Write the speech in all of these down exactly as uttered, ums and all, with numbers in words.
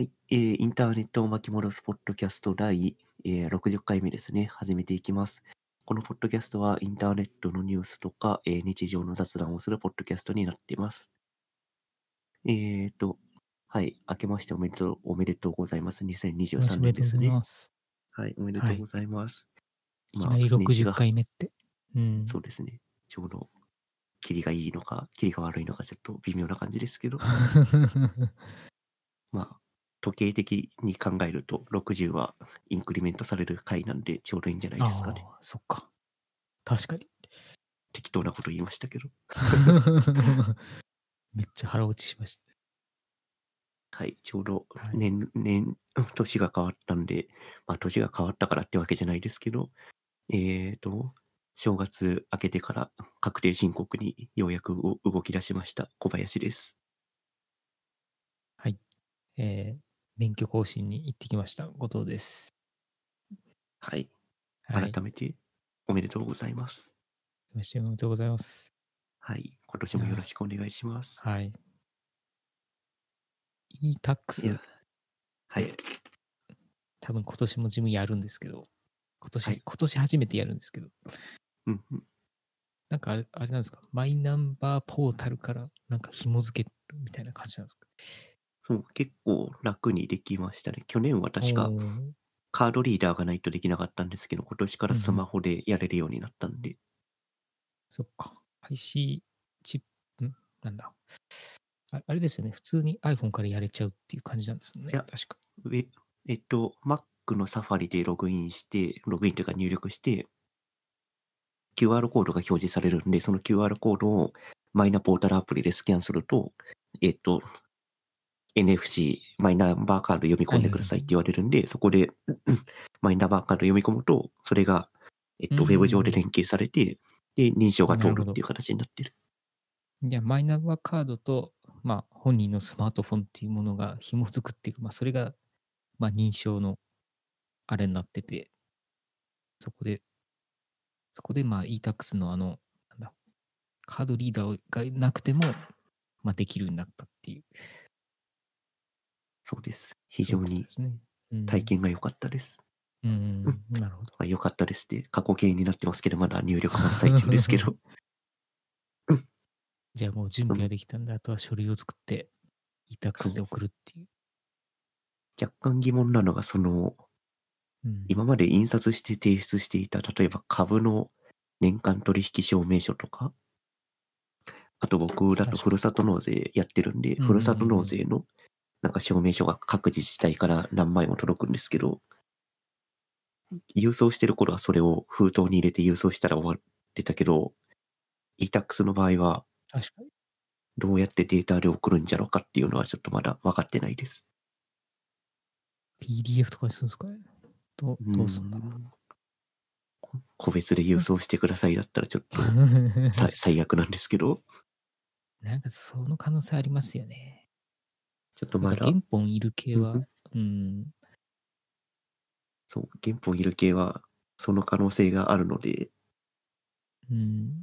はい、えーインターネットを巻き戻すポッドキャスト第、えーろくじゅっかいめですね。始めていきます。このポッドキャストはインターネットのニュースとか、えー日常の雑談をするポッドキャストになっています。えーと、はい、明けましておめでとう、おめでとうございます。2023 よろしくおめでとうござい年ですね。 ます。 はい、おめでとはい。 うございます。 いきなりまあ、年 60 始が、 回目って。うん。 そうですね。ちょうど、キリがいいのか、キリが悪いのか、ちょっと微妙な感じですけど、まあ、時計的に考えると、ろくじゅうはインクリメントされる回なんで、ちょうどいいんじゃないですかね。 ああ、そっか。確かに。 適当なこと言いましたけど。 めっちゃ腹落ちしました。 はい、ちょうどはい。 年、年、年が変わったんで、まあ年が変わったからってわけじゃないですけど、えーと、正月明けてから確定申告にようやく動動き出しました小林です。 はい。えー、免許更新に行ってきました。後藤です。 はい、 はい。 改めておめでとうございます。 おめでとうございます。 はい、今年いやもよろしくお願いします。 ー、はい。 い e-tax っや、はい、 て多分今年も自分やるんですけど、今年、 はい、 今年初めてやるんですけど、 うんうん。 なんかあれ、あれなんですか、マイナンバーポータルからなんか紐付けるみたいな感じなんですか？ そう、結構楽にできましたね。去年はお確かー。 カードリーダーがないとできなかったんですけど、今年からうんうん。 スマホでやれるようになったんで、 そっか。アイシー チップ、んなんだ。ああれですよね。普通に iPhone からやれちゃうっていう感じなんですもんね。 いや、 確か。 上、えっと、Mac のサファリでログインして、ログインというか入力して、キューアール コードが表示されるんで、その キューアール コードをマイナポータルアプリでスキャンすると、えっと、エヌエフシー、マイナンバーカード読み込んでくだはいはいはい。 さいって言われるんで、そこで、マイナンバーカード読み込むと、それが、えっうと、ウェブ上でん。 連携されて、で、認証がなるほど。 通るっていう形になってる。 じゃあ、マイナンバーカードと、まあ、本人のスマートフォンっていうものが紐づくっていうか、まあ、それが、まあ、認証のあれになってて、そこで、そこで、まあ、e-tax のあの、なんだ、カードリーダーがなくても、まあ、できるようになったっていう、 そうです。非そういう常にことですね。うん。 体験が良かったです。 ううん。 ん、なるほど。 まあ、良かったですって、過去形になってますけど、まだ入力真っ最中ですけど。うん。 じゃあもう準備そのはできたんで、あとは書類を作って、 そ e-tax でう。 送るっていう。 若干疑問なのが、その、 うん。 今まで印刷して提出していた、例えば株の年間取引証明書とか、あと僕だと確かふるさと納税やってるんで、 に。うんうんふるさと納うんうん。 税のなんか証明書が各自治体から何枚も届くんですけど、郵送してる頃はそれを封筒に入れて郵送したら終わってたけど、e-tax の場合は確かに。 どうやってデータで送るんじゃろうかっていうのはちょっとまだ分かってないです。 ピーディーエフ とかにするんですかね。どう、 うーどうすんだろん。個別で郵う。 送してくださいだったらちょっとさ最悪なんですけど、 なんかその可能性ありますよね。 ちょっとやっぱまだ、 原本いる系は、 うんうん、 うん、 そう、原本いる系はその可能性があるので、 うん、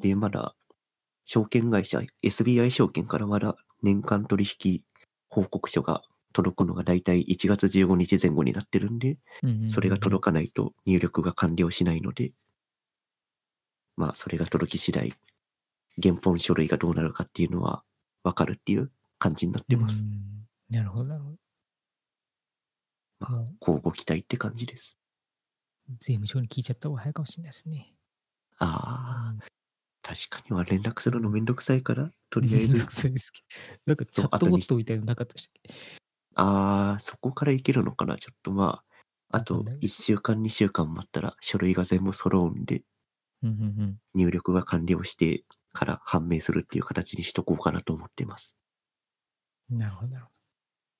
で、まだ証券会社、エスビーアイ 証券からまだ年間取引報告書が届くのがだいたいいちがつじゅうごにちぜん後になってるんで、 うん、うん、うんそれがうん。 届かないと入力が完了しないので、まあ、それが届き次第、原本書類がどうなるかっていうのはわかるっていう感じになっうてます。 ん、なるほど、なるほど。 まあ、 も交互期待って感じです。 う、税務署に聞いちゃった方が早いかもしれないですね。うああ、 ん。 確かには連絡すうん。 るのめんどくさいから、とりあめんどえず、 くさいですけど。なんかチそう、 ャットボッ後にし、 トみたいなのなかったでしたっけ？ ああ、そこからいけるのかな。ちょっとまあ、あわかんと1 ないです。 週間、にしゅうかん待ったら書類が全部揃うんで、 うんうんうん。 入力が完了してから判明するっていう形にしとこうかなと思っています。 なるほど、なるほど。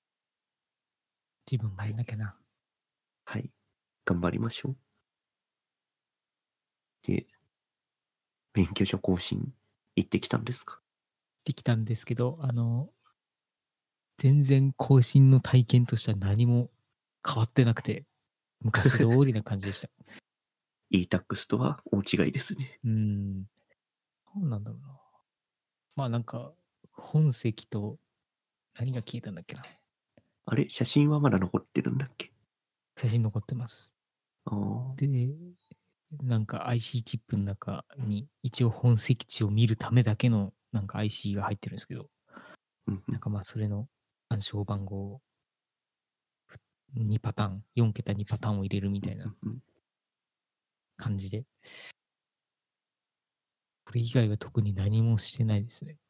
自分もはい。 やんなきゃな。 はい。頑張りましょう。で、免許証更新行ってきたんですか？ できたんですけど、あの、全然更新の体験としては何も変わってなくて、昔通りな感じでした。 e-tax とは大違いですね。 うーん。なんなんだろうな。まあなんか、本籍と何が消えたんだっけな。 あれ、写真はまだ残ってるんだっけ？ 写真残ってます。 ああ。 で、なんか アイシー チップの中に一応本籍地を見るためだけのなんか アイシー が入ってるんですけど、 うんうん。 なんかまあそれの暗証番号をにパターン、よん桁にパターンを入れるみたいなうんうん。 感じで、これ以外は特に何もしてないですね。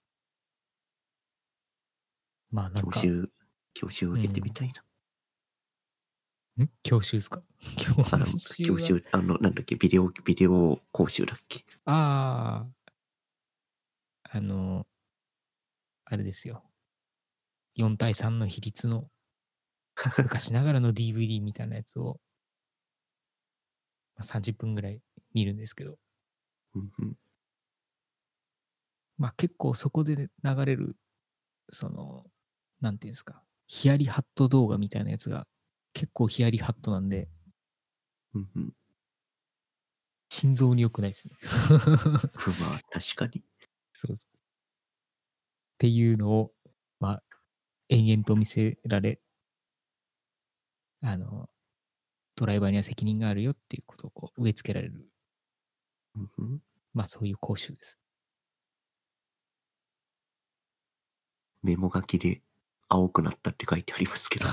まあなんか、 教習、教習を受けてみたいな。 ん教習ですか？ あの、 教習は、 教習、あの、なんだっけ、ビデオ、ビデオ講習だっけ？ ああ、あの、あれですよ。よん対さんの比率の昔ながらの ディーブイディー みたいなやつを、まあ、さんじゅっぷんぐらい見るんですけど、 うんうん。 まあ結構そこで流れる、その、なんていうんですか、ヒヤリハット動画みたいなやつが結構ヒヤリハットなんで、 うんうん。 心臓に良くないですね。 まあ、確かに。 そうそう。っていうのを、まあ、延々と見せられ、あの、ドライバーには責任があるよっていうことをこう植え付けられる、 うんうん。 まあそういう講習です。 メモ書きで青くなったって書いてありますけど。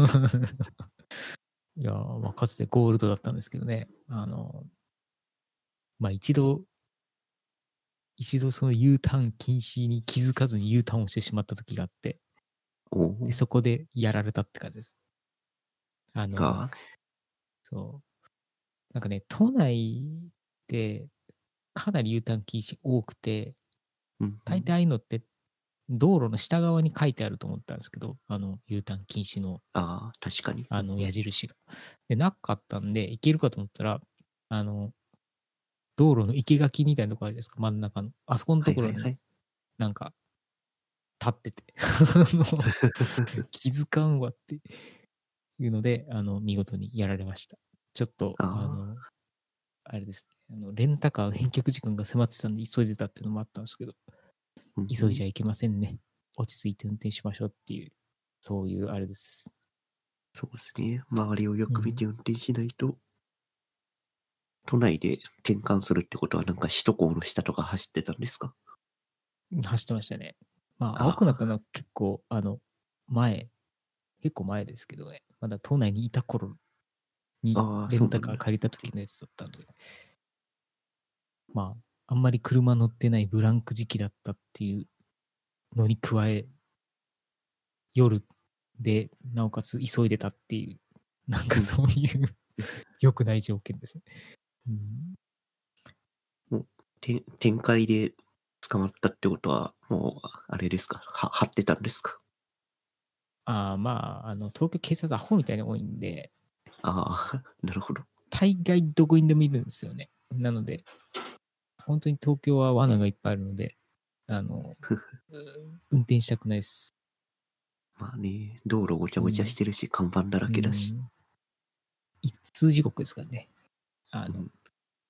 いやー、まあ、かつてゴールドだったんですけどね、あの、まあ一度、一度その U ターン禁止に気づかずに U ターンをしてしまった時があって、 おで、 お。 そこでやられたって感じです。あの、 が、 そう。なんかね、都内でかなり U ターン禁止多くて、大うんうん。 体ああいうのって道路の下側に書いてあると思ったんですけど、あの U ターン禁止のああ、確かに。 あの矢印が。で、なかったんで、行けるかと思ったら、あの、道路の生垣みたいなところあるじゃないですか、真ん中の。あそこのところにはいはいはい。 なんか立ってて気づかんわっていうので、あの、見事にやられました。ちょっと、 ああ。 あの、あれですね、あのレンタカー返却時間が迫ってたんで急いでたっていうのもあったんですけど、 うんうん。 急いじゃいけませんね。落ち着いて運転しましょうっていう、そういうあれです。 そうですね。周りをようん。 く見て運転しないと、都内で転換するってことはなんか首都高の下とか走ってたんですか？ 走ってましたね。まあ、青くなったのあは結構、あの、前、結構前ですけどね、まだ都内にいた頃にあ、ああ、 レンタそうなんだ。 カー借りた時のやつだったんで、まあ、あんまり車乗ってないブランク時期だったっていうのに加え、夜で、なおかつ急いでたっていう、なんかうん。 そういう良くない条件ですね。うん、 もう、て展開で捕まったってことは、もう、あれですか、は張ってたんですか？ ああ、まあ、あの、東京警察アホみたいに多いんで、 ああ、なるほど。 大概どこにでもいるんですよね。なので、本当に東京は罠がいっぱいあるので、あの、運転したくないです。 まあね、道路ごちゃごちゃしうん。 てるし、看板だらうけだし。 ん。一通地獄ですからね。あの、 うん。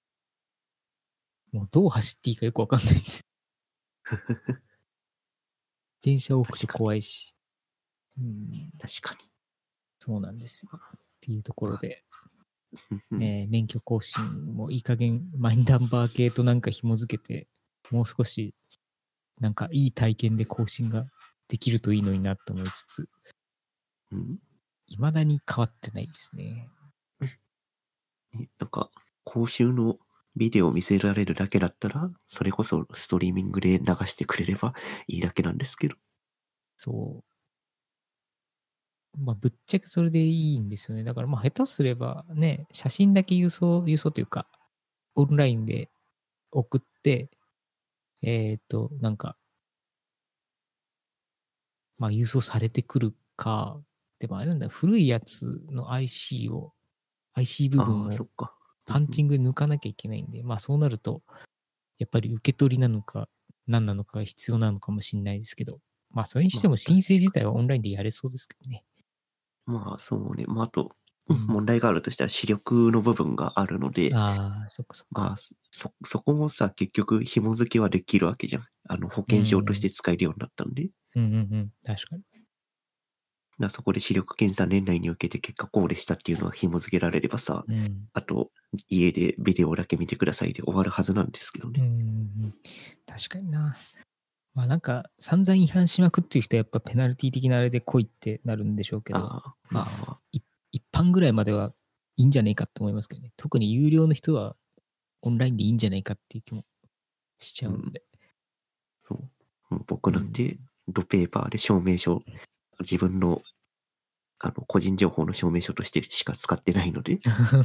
もうどう走っていいかよくわかんないです。電車多くて確かに、 怖いし。うん。 確かに。 そうなんですよ。っていうところで、 うんうん。 えー免許更新もいい加減マイナンバー系となんか紐づけて、もう少しなんかいい体験で更新ができるといいのになと思いつつ、 うん。 未だに変わってないですね。 ね、なんか、講習のビデオを見せられるだけだったら、それこそストリーミングで流してくれればいいだけなんですけど。 そう。まあ、ぶっちゃけそれでいいんですよね。だからまあ、下手すればね、写真だけ郵送、郵送というか、オンラインで送って、えっ、と、なんか、まあ、郵送されてくるか、でもあれなんだ、古いやつの アイシー を、アイシー 部ああ、 分をそっか。うんうん。 パンチングで抜かなきゃいけないんで、まあそうなると、やっぱり受け取りなのか、何なのかが必要なのかもしれないですけど、まあそれにしまあ、 ても確申請自か体はオンラインでやれそうですけどね。 に。まあ、そうね。まあ、あと、うん、 うん。 問題があるとしたら視力の部分があるので、 ああ、そっかそっか。 まあ、そ、そこもさ、結局紐付けはできるわけじゃん。あの、保う険証としん。 て使えるようになったんで。 うんうんうん。確かに。 なそこで視力検査年内に受けて結果こうでしたっていうのが紐付けられればさ、 うん。 あと家でビデオだけ見てくださいで終わるはずなんですけどうね。 ん。確かにな。まあなんか散々違反しまくっていう人はやっぱペナルティ的なあれで来いってなるんでしょうけど、 ああ、 まあまあまあ、 い一般ぐらいまではいいんじゃねえかって思いますけどね。特に有料の人はオンラインでいいんじゃないかっていう気もしちゃうんで。 そう。もう僕なんうんてドペーパーで証明書、自分のあの個人情報の証明書としてしか使ってないので、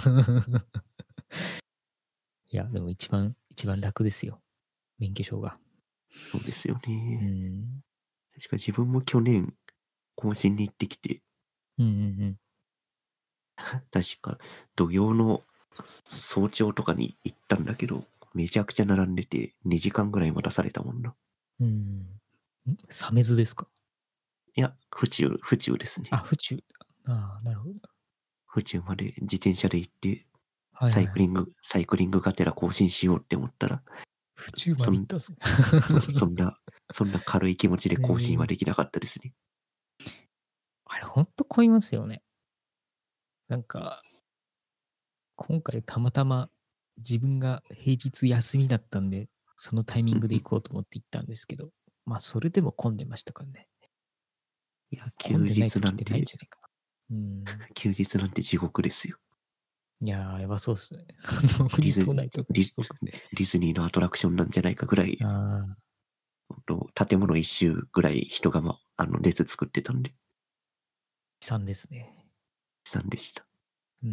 いや、でも一番、一番楽ですよ。免許証が。 そうですようね。 ん。 確か自分も去年更新に行ってきて、 うんうん確か土曜の早朝とかに行ったんだけど、めちゃくちゃ並んでてにじかんぐらい待たされたもんな。 うん。うん。んサメズですか？ いや、府中、府中ですあ、 ね。 府中。ああ、なるほど。 府中まで自転車で行って、 はいはいはい。 サイクリング、サイクリングがてら更新しようって思ったら、 府中まそん、 で行ったっすね。 そうそんな、そんな軽い気持ちで更新はえーできなかったですね。 あれ、ほんと混みますよね。なんか、今回たまたま自分が平日休みだったんで、そのタイミングで行こうと思って行ったんですけど、まあ、それでも混んでましたからね。 いや、休混んでない日時ってないんなんて、 じゃないかな。うん。 休日なんて地獄ですよ。 いやー、やばそうっすね。国ディズ、 都内とかディ、 四国で。 ディズニーのアトラクションなんじゃないかぐらい、 ああ、 ほんと建物一周ぐらい人が、ま、あの列作ってたんで、悲悲惨ですね。 惨でした。 うん。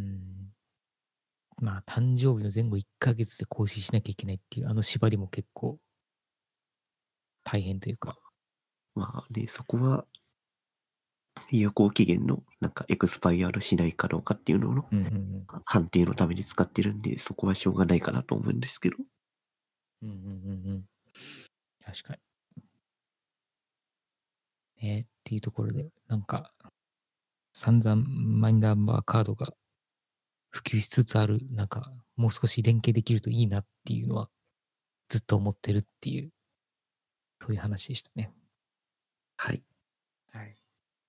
まあ、誕生日の前後いっかげつで更新しなきゃいけないっていう、あの縛りも結構大変というか。 まあね、そこは有効期限のなんかエクスパイアードしないかどうかっていうののうんうんうん。 判定のために使ってるんで、そこはしょうがないかなと思うんですけど。 うんうんうんうん。確かに。ね、っていうところで、なんか、散々マイナンバーカードが普及しつつある、なんか、もう少し連携できるといいなっていうのは、ずっと思ってるっていう、そういう話でしたね。 はい。 はい。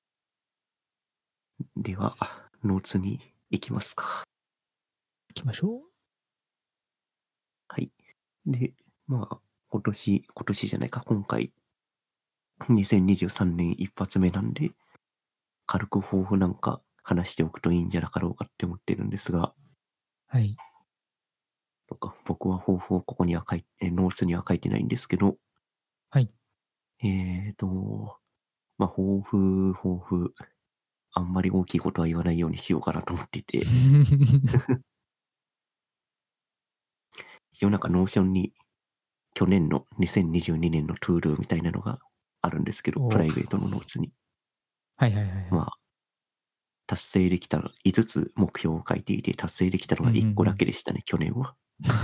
では、ノーツに行きますか。 行きましょう。 はい。で、まあ、今年、今年じゃないか、今回、にせんにじゅうさんねん一発目なんで、軽く抱負なんか話しておくといいんじゃなかろうかって思ってるんですが、 はい。 とか僕は抱負をここには書いて、ノーツには書いてないんですけど、 はい。 えーと、まあ、抱負、抱負、あんまり大きいことは言わないようにしようかなと思っていて、一応なんかノーションに去年のにせんにじゅうにねんのトゥールーみたいなのがあるんですけど、プおライベートのノーツに。 はいはいはいはい。 まあ、達成できたの、いつつ目標を書いていて、達成できたのがうんうんうんいっこだけでしたね、去年は。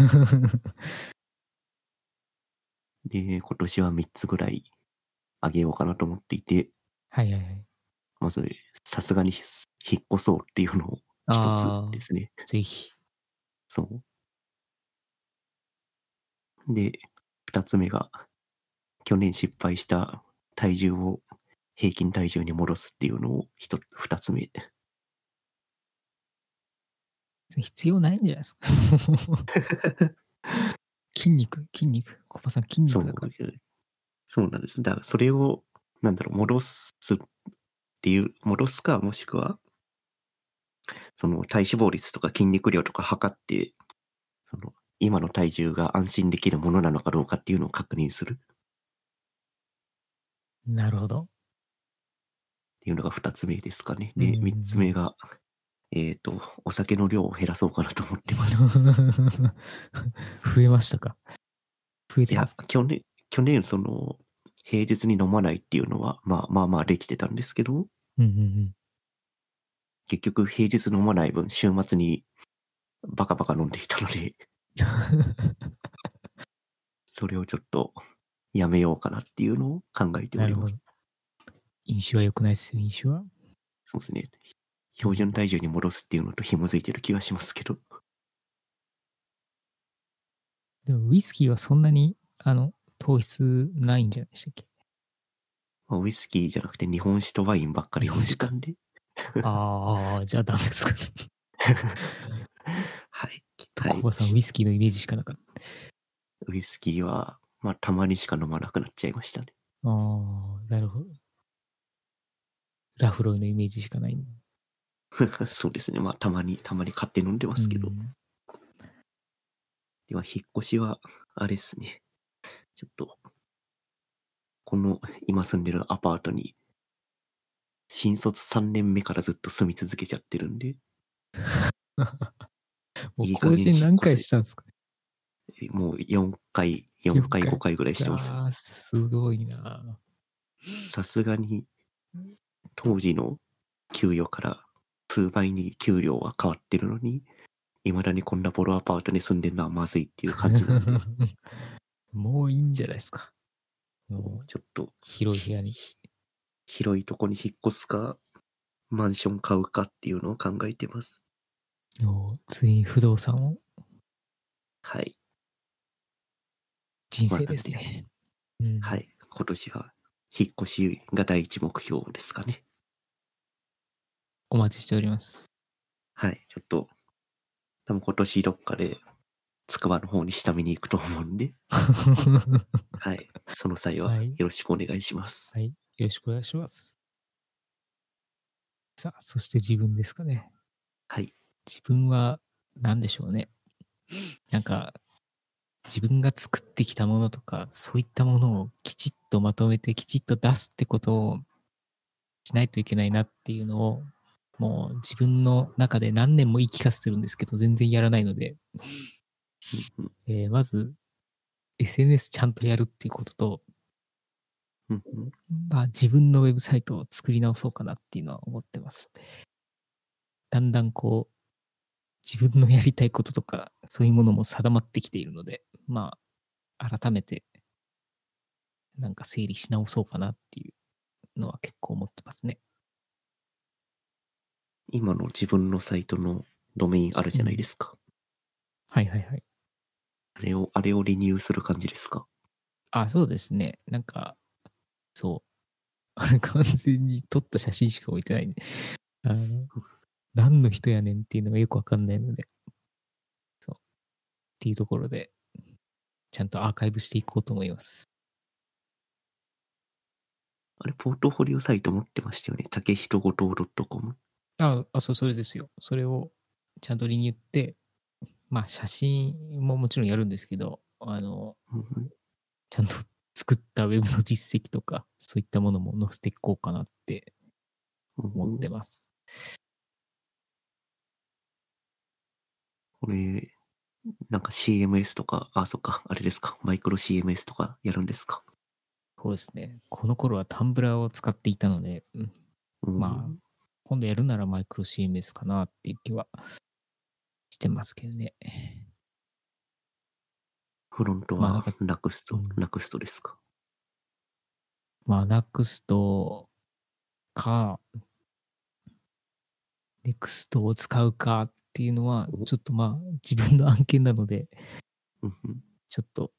で、今年はみっつぐらいあげようかなと思っていて、 はいはいはい。 まず、さすがに引っ越そうっていうのを一つああ、 ですね。 ぜひ。 そう。で、二つ目が、去年失敗した体重を平均体重に戻すっていうのを一つ、二つ目。 必要ないんじゃないですか。筋肉、筋肉。コバさん筋そう、 肉だから。 そうなんです。だからそれを、なんだろう、戻すっていう、戻すか、もしくは、その体脂肪率とか筋肉量とか測って、その今の体重が安心できるものなのかどうかっていうのを確認するっなるほど。 ていうのが二つ目ですかね。 うんうんで、三つ目が、えっと、お酒の量を減らそうかなと思ってます。 増えましたか？増えいや、 てますか？ 去年、去年その、平日に飲まないっていうのは、まあまあまあできてたんですけど、 うんうんうん。 結局平日飲まない分、週末にバカバカ飲んでいたので、それをちょっとやめようかなっていうのを考えております。 なるほど。飲酒は良くないですよ、飲酒は。 そうですね。標準うん、 体重に戻すっていうのと紐づいてる気がしますけど。 でも、ウイスキーはそんなに、あの、糖質ないんじゃないでしたっけ？ まあ、ウイスキーじゃなくて日本酒とワインばっかり飲んでたんで。 ああ、じゃあダメですか。 はい。 と、 はい。 コバさん、ウイスキーのイメージしかなかった。 ウイスキーは、まあ、たまにしか飲まなくなっちゃいましたね。 ああ、なるほど。ラフロイのイメージしかない。 そうですね。まあ、たまに、たまに買って飲んでますけど。 うん、 では、引っ越しは、あれですね。ちょっと、この、今住んでるアパートに、新卒さんねんめからずっと住み続けちゃってるんで、 もういい加減引っ更新何回越せ。 したんですか？ もうよんかい、4 4 回、 回。 ごかいぐらいしてます。 ああ、すごいな。 さすがに、当時の給与から数倍に給料は変わってるのに、未だにこんなボロアパートに住んでるのはまずいっていう感じなんで、 もういいんじゃないですか。もうちょっと広い部屋に。 広いとこに引っ越すか、マンション買うかっていうのを考えてます。 もうついに不動産を。 はい。 人生まあなんで、 ですね。うん、 はい。今年は引っ越しが第一目標ですかね。 お待ちしております。 はい。ちょっと、多分今年どっかで、つくばの方に下見に行くと思うんで、はい。その際ははい。 よろしくお願いします。 はい。よろしくお願いします。さあ、そして自分ですかね。 はい。 自分は何でしょうね。なんか、自分が作ってきたものとか、そういったものをきちっとまとめてきちっと出すってことをしないといけないなっていうのを、もう自分の中で何年も言い聞かせてるんですけど、全然やらないので、 うんうんえーまず エスエヌエス ちゃんとやるっていうことと、 うんうん。 まあ自分のウェブサイトを作り直そうかなっていうのは思ってます。だんだんこう、自分のやりたいこととか、そういうものも定まってきているので、まあ、改めて、なんか整理し直そうかなっていうのは結構思ってますね。 今の自分のサイトのドメインあるじゃないうん。 ですか。 はいはいはい。 あれを、あれをリニューする感じですか？ あ、そうですね。なんか、そう。あれ完全に撮った写真しか置いてないんで、あの、何の人やねんっていうのがよくわかんないので、そう。っていうところで、ちゃんとアーカイブしていこうと思います。 あれ、ポートフォリオサイト持ってましたよね。竹人ごとう .com。 あ、あ、そう、それですよ。それをちゃんとリニューって、まあ写真ももちろんやるんですけど、あの、 うんうんちゃんと作ったウェブの実績とか、そういったものも載せていこうかなって思っうんうん。 てます。 これ、なんか シーエムエス とか、あ、そっか、あれですか。マイクロ シーエムエス とかやるんですか。 そうですね。この頃はタンブラーを使っていたので、うん、 うまあ、 ん。 今度やるならマイクロ シーエムエス かなっていう気はしてますけどね。 フロントはまあなんか、 ナクスト、 うん、 ナクストですか。 まあ ナクスト か、ネクストを使うかっていうのは、 おちょっとまあ自分の案件なので、 うんうん。 ちょっと、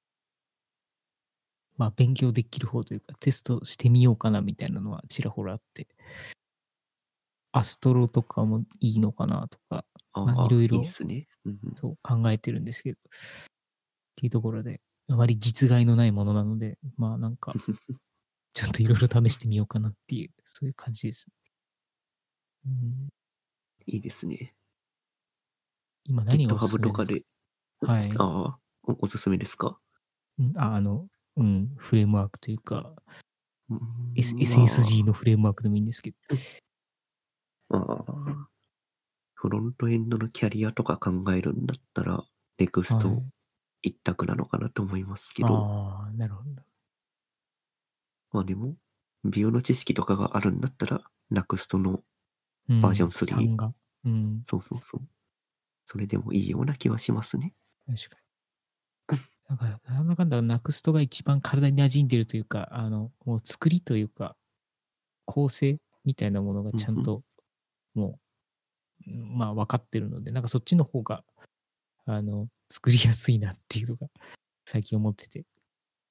まあ勉強できる方というか、テストしてみようかなみたいなのはちらほらあって、アストロとかもいいのかなとか、まあいああ、いいっろいろすね。うんうん。 そう考えてるんですけど、っていうところで、あまり実害のないものなので、まあなんか、ちょっといろいろ試してみようかなっていう、そういう感じです。うん、 いいですね。 今何がおす GitHub すめですか？ とかで、 はい。 ああ、お、おすすめですか？ うん、あ、あの、うん、フレームワークというか、 う S ん、まエスエスジー のフレームワークでもいいんですけど。 あ、ああ、フロントエンドのキャリアとか考えるんだったら、ネクストはい。 一択なのかなと思いますけど、 ああ、なるほど。 まあでも、ビューの知識とかがあるんだったら、ナクストのバージョンうん、 スリー、 さんが。うん、 そうそうそう。それでもいいような気はしますね。 確かに。なんか、なんだかんだ、ナクストが一番体に馴染んでるというか、あの、もう作りというか、構成みたいなものがうんうん。 ちゃんと、もう、うんまあ分かってるので、なんかそっちの方が、あの、作りやすいなっていうのが最近思ってて。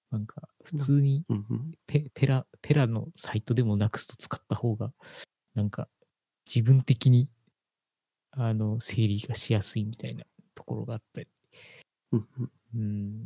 なんか、普な通にうんうん。 ペペラ、ペラのサイトでもなくすと使った方が、なんか、自分的に、あの、整理がしやすいみたいなところがあったり。 うんうん。 うん。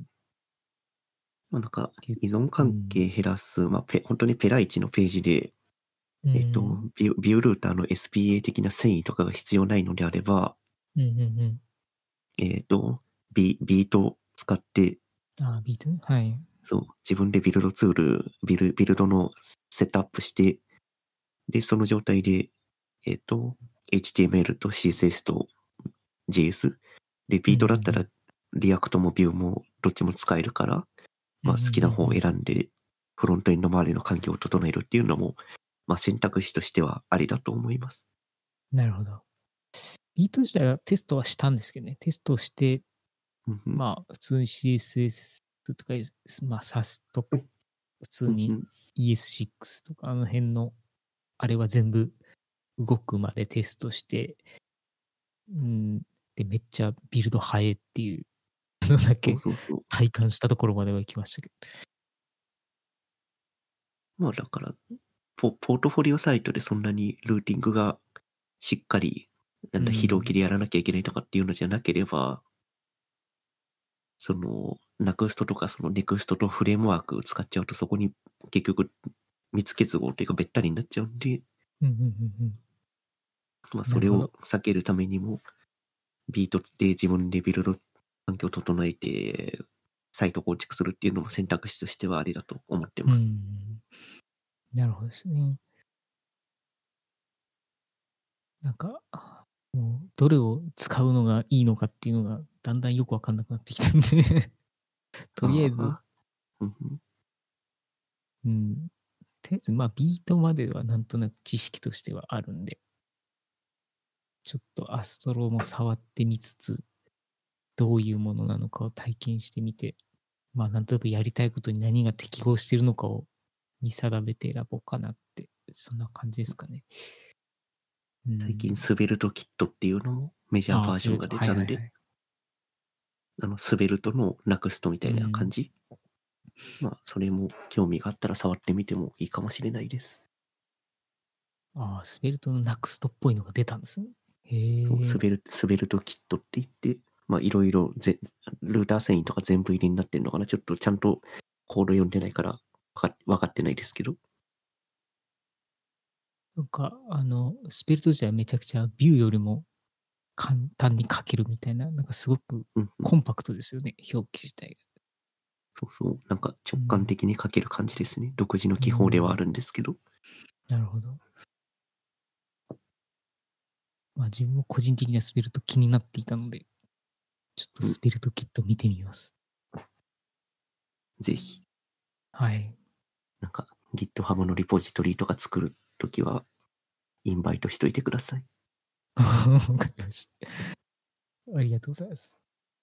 まあ、なんか、 ていう依存うん。 関係減らす、まあ、ペ本当にペライチのページで、 うえっと、 ん。 ビュービュールーターの エスピーエー 的な遷移とかが必要ないのであれば、 うんうんうん。 えっと、ビビートを使って、 ああ、ビートね。はい。 そう、自分でビルドツール、ビルビルドのセットアップして、で、その状態で、えっと、エイチティーエムエル と シーエスエス と ジェイエス。で、 うんビートだったらうんリアクトもビューもどっちも使えるから、 うん。 まあ好きな方をうんうんうん。 選んで、フロントエンド周りの環境を整えるっていうのも、まあ選択肢としてはありだと思います。 なるほど。ビート自体はテストはしたんですけどね。テストして、 うんうんまあ、普通に シーエスエス とか、まあ、サス と、普通にうんうんイーエスシックス とか、あの辺の、あれは全部動くまでテストして、うん、で、めっちゃビルド早いっていうのだそうけそうそう。 体感したところまでは行きましたけど。 まあだから、ポポートフォリオサイトでそんなにルーティングがしっかり、なうんだ、非同期ん。 でやらなきゃいけないとかっていうのじゃなければ、その、ナクストとかそのネクストとフレームワークを使っちゃうとそこに結局密結合というかべったりになっちゃうんで、 うんうんうんうん。 まあそれをなるほど。 避けるためにも、ビートで自分でビルド環境を整えて、サイト構築するっていうのも選択肢としてはありだと思ってうます。 ん。なるほどですね。なんか、もう、どれを使うのがいいのかっていうのが、だんだんよくわかんなくなってきたんでとりあえず、 ああ、うんうん、 うん、とりあえず、まあ、ビートまではなんとなく知識としてはあるんで、ちょっとアストロも触ってみつつ、どういうものなのかを体験してみて、まあ、なんとなくやりたいことに何が適合しているのかを見定めて選ぼうかなって、そんな感じですかね。う最近ん。 スベルトキットっていうのもメジャーああ、 バージョンがそれと、 出たんで、 はいはいはい。 あの、スベルトのナクストみたいな感うん。 じ。まあ、それも興味があったら触ってみてもいいかもしれないです。 ああ、スベルトのナクストっぽいのが出たんですね。 そう、 へえ。 スベル、スベルトキットって言って、まあ、いろいろぜ、ルーター遷移とか全部入りになってるのかな。ちょっとちゃんとコード読んでないからわかわかってないですけど。 なんか、あの、スペルト自体はめちゃくちゃビューよりも簡単に書けるみたいな、なんかすごくうんうん。 コンパクトですよね、表記自体が。 そうそう。なんか直感うん。 的に書ける感じですね。独自のう記法ではあん。 るんですけど。 なるほど。まあ自分も個人的にはスペルト気になっていたので、ちょっとうん。 スペルトキット見てみます。 ぜひ。 はい。 なんか GitHub のリポジトリとか作るときは、インバイトしといてください。 わかりました。ありがとうございます。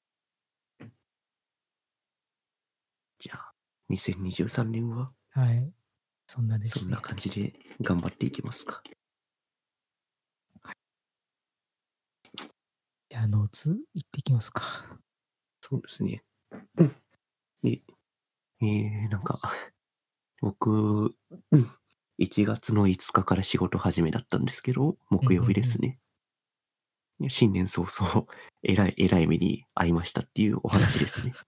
じゃあ、にせんにじゅうさんねんははい。そんなでそんなすね。 感じで頑張っていきますか。 じゃあ、ノーツ行ってきますか。 そうですね。うんで、えー、なんか、僕、うんいちがつのいつかから仕事始めだったんですけど、 うん木曜日うんうん。 ですね。新年早々、えらい、えらい目に遭いましたっていうお話ですね。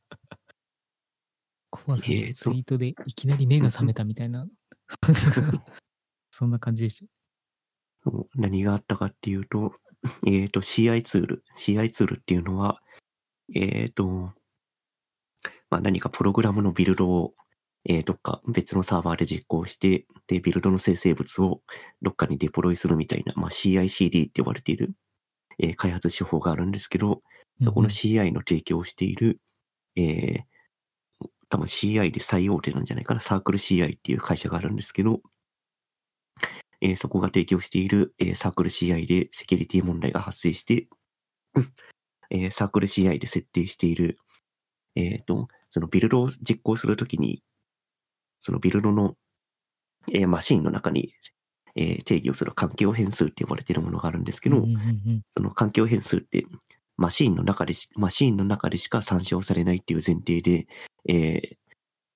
コバさんのえーと、 ツイートでいきなり目が覚めうんうんたみたいな、そんな感じでした。 そう何があったかっていうと、えーと、シーアイ ツール。シーアイ ツールっていうのは、えーと、まあ、何かプログラムのビルドを、えー、どっか別のサーバーで実行して、で、ビルドの生成物をどっかにデプロイするみたいな、まあ、シーアイシーディー って呼ばれている、えー開発手法があるんですけど、そこのうんうん。 シーアイ の提供をしている、えー、多分 シーアイ で最大手なんじゃないかな、サークル シーアイ っていう会社があるんですけど、えーそこが提供している、えーサークル シーアイ でセキュリティ問題が発生して、えーサークル シーアイ で設定している、えっと、そのビルドを実行するときに、そのビルドの、えーマシンの中に、えー定義をする環境変数って呼ばれているものがあるんですけど、 うんうんうんうん。 その環境変数ってマシンの中でし、マシンの中でしか参照されないっていう前提で、えー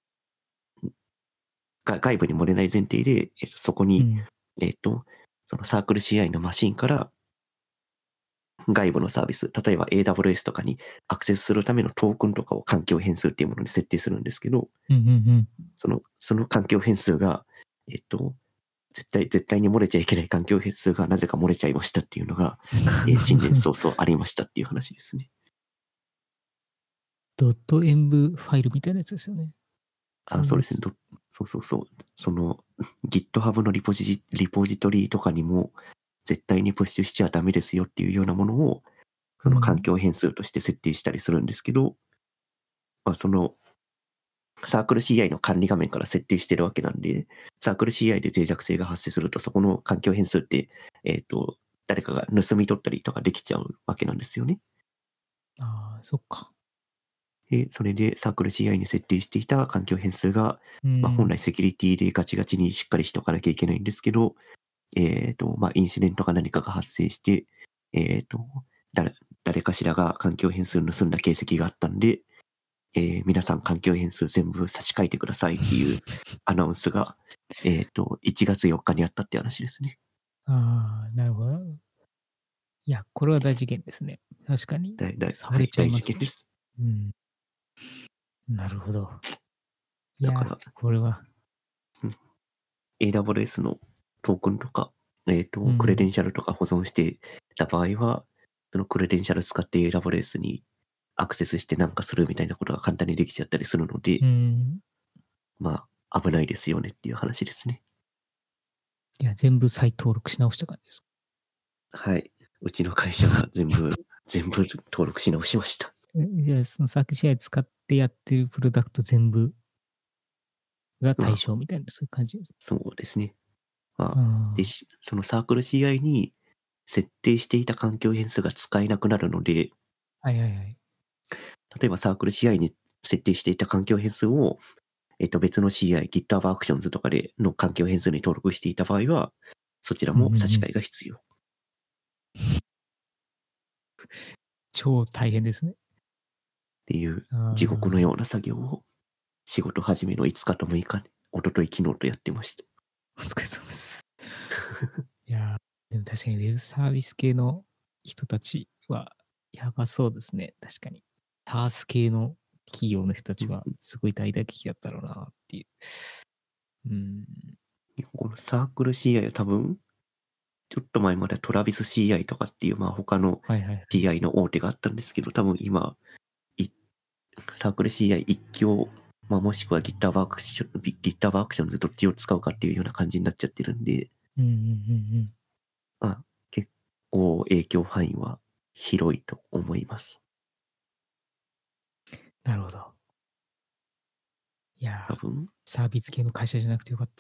が外部に漏れない前提で、えっと、そこに、 うん。 えっと、そのサークル シーアイ のマシンから外部のサービス、例えば エーダブリューエス とかにアクセスするためのトークンとかを環境変数っていうものに設定するんですけど、 うんうんうん。 その、その環境変数が、えっと、絶対、絶対に漏れちゃいけない環境変数がなぜか漏れちゃいましたっていうのが、えー新年早々ありましたっていう話ですね。 ドット演舞ファイルみたいなやつですよね。 あ、そうですね。どそうそうそう。その GitHub のリポジリポジトリとかにも絶対にプッシュしちゃダメですよっていうようなものを、その環境変数として設定したりするんですけど、まあ、そのサークル シーアイ の管理画面から設定してるわけなんで、サークル シーアイ で脆弱性が発生すると、そこの環境変数って、えっと、誰かが盗み取ったりとかできちゃうわけなんですよね。 ああ、そっか。 で、それでサークル シーアイ に設定していた環境変数が、 うんまあ、本来セキュリティでガチガチにしっかりしとかなきゃいけないんですけど、えっと、まあ、インシデントか何かが発生して、えっと、誰、誰かしらが環境変数盗んだ形跡があったんで、えー皆さん環境変数全部差し替えてくださいっていうアナウンスが、えっと、いちがつよっかにあったって話ですね。 ああ、なるほど。いや、これは大事件ですね。確かに。 大、大、 触れはい、大ちゃいますもん。 事件です。 うん。なるほど。いやー、 だから、 これは。 うん、エーダブリューエス のトークンとか、えっと、 うんクレデンシャルとか保存してた場合は、そのクレデンシャル使って エーダブリューエス にアクセスしてなんかするみたいなことが簡単にできちゃったりするので、 うん。 まあ、危ないですよねっていう話ですね。 いや、全部再登録し直した感じです。 はい。うちの会社は全部、全部登録し直しました。 えじゃあ、そのサークル シーアイ 使ってやってるプロダクト全部が対まあ、 象みたいな、そういう感じです。 そうですね。まあ、で、 ああ。 しそのサークル シーアイ に設定していた環境変数が使えなくなるので、 はいはいはい。 例えばサークル シーアイ に設定していた環境変数を、えっと、別の シーアイ、GitHub Actions とかでの環境変数に登録していた場合は、そちらうんうんうんも差し替えが必要っ超大変ですね。 ていうあ地獄のあ。 ような作業を仕事始めのいつかとむいか、一昨日昨日とやってました。 お疲れ様です。いやー、でも確かにウェブサービス系の人たちはやばそうですね。確かに。タース系の企業の人たちはすごい大打撃だったろうなっていう。うん。 このサークル シーアイ は多分、ちょっと前までトラビス シーアイ とかっていう、まあ他のはいはいはい。 シーアイ の大手があったんですけど、多分今、いサークル シーアイ 一強、まあもしくは GitHub Actions、GitHub Actions どっちを使うかっていうような感じになっちゃってるんで、 うんうんうんうん。 まあ結構影響範囲は広いと思います。 なるほど。いやー、 多分。 サービス系の会社じゃなくてよかった。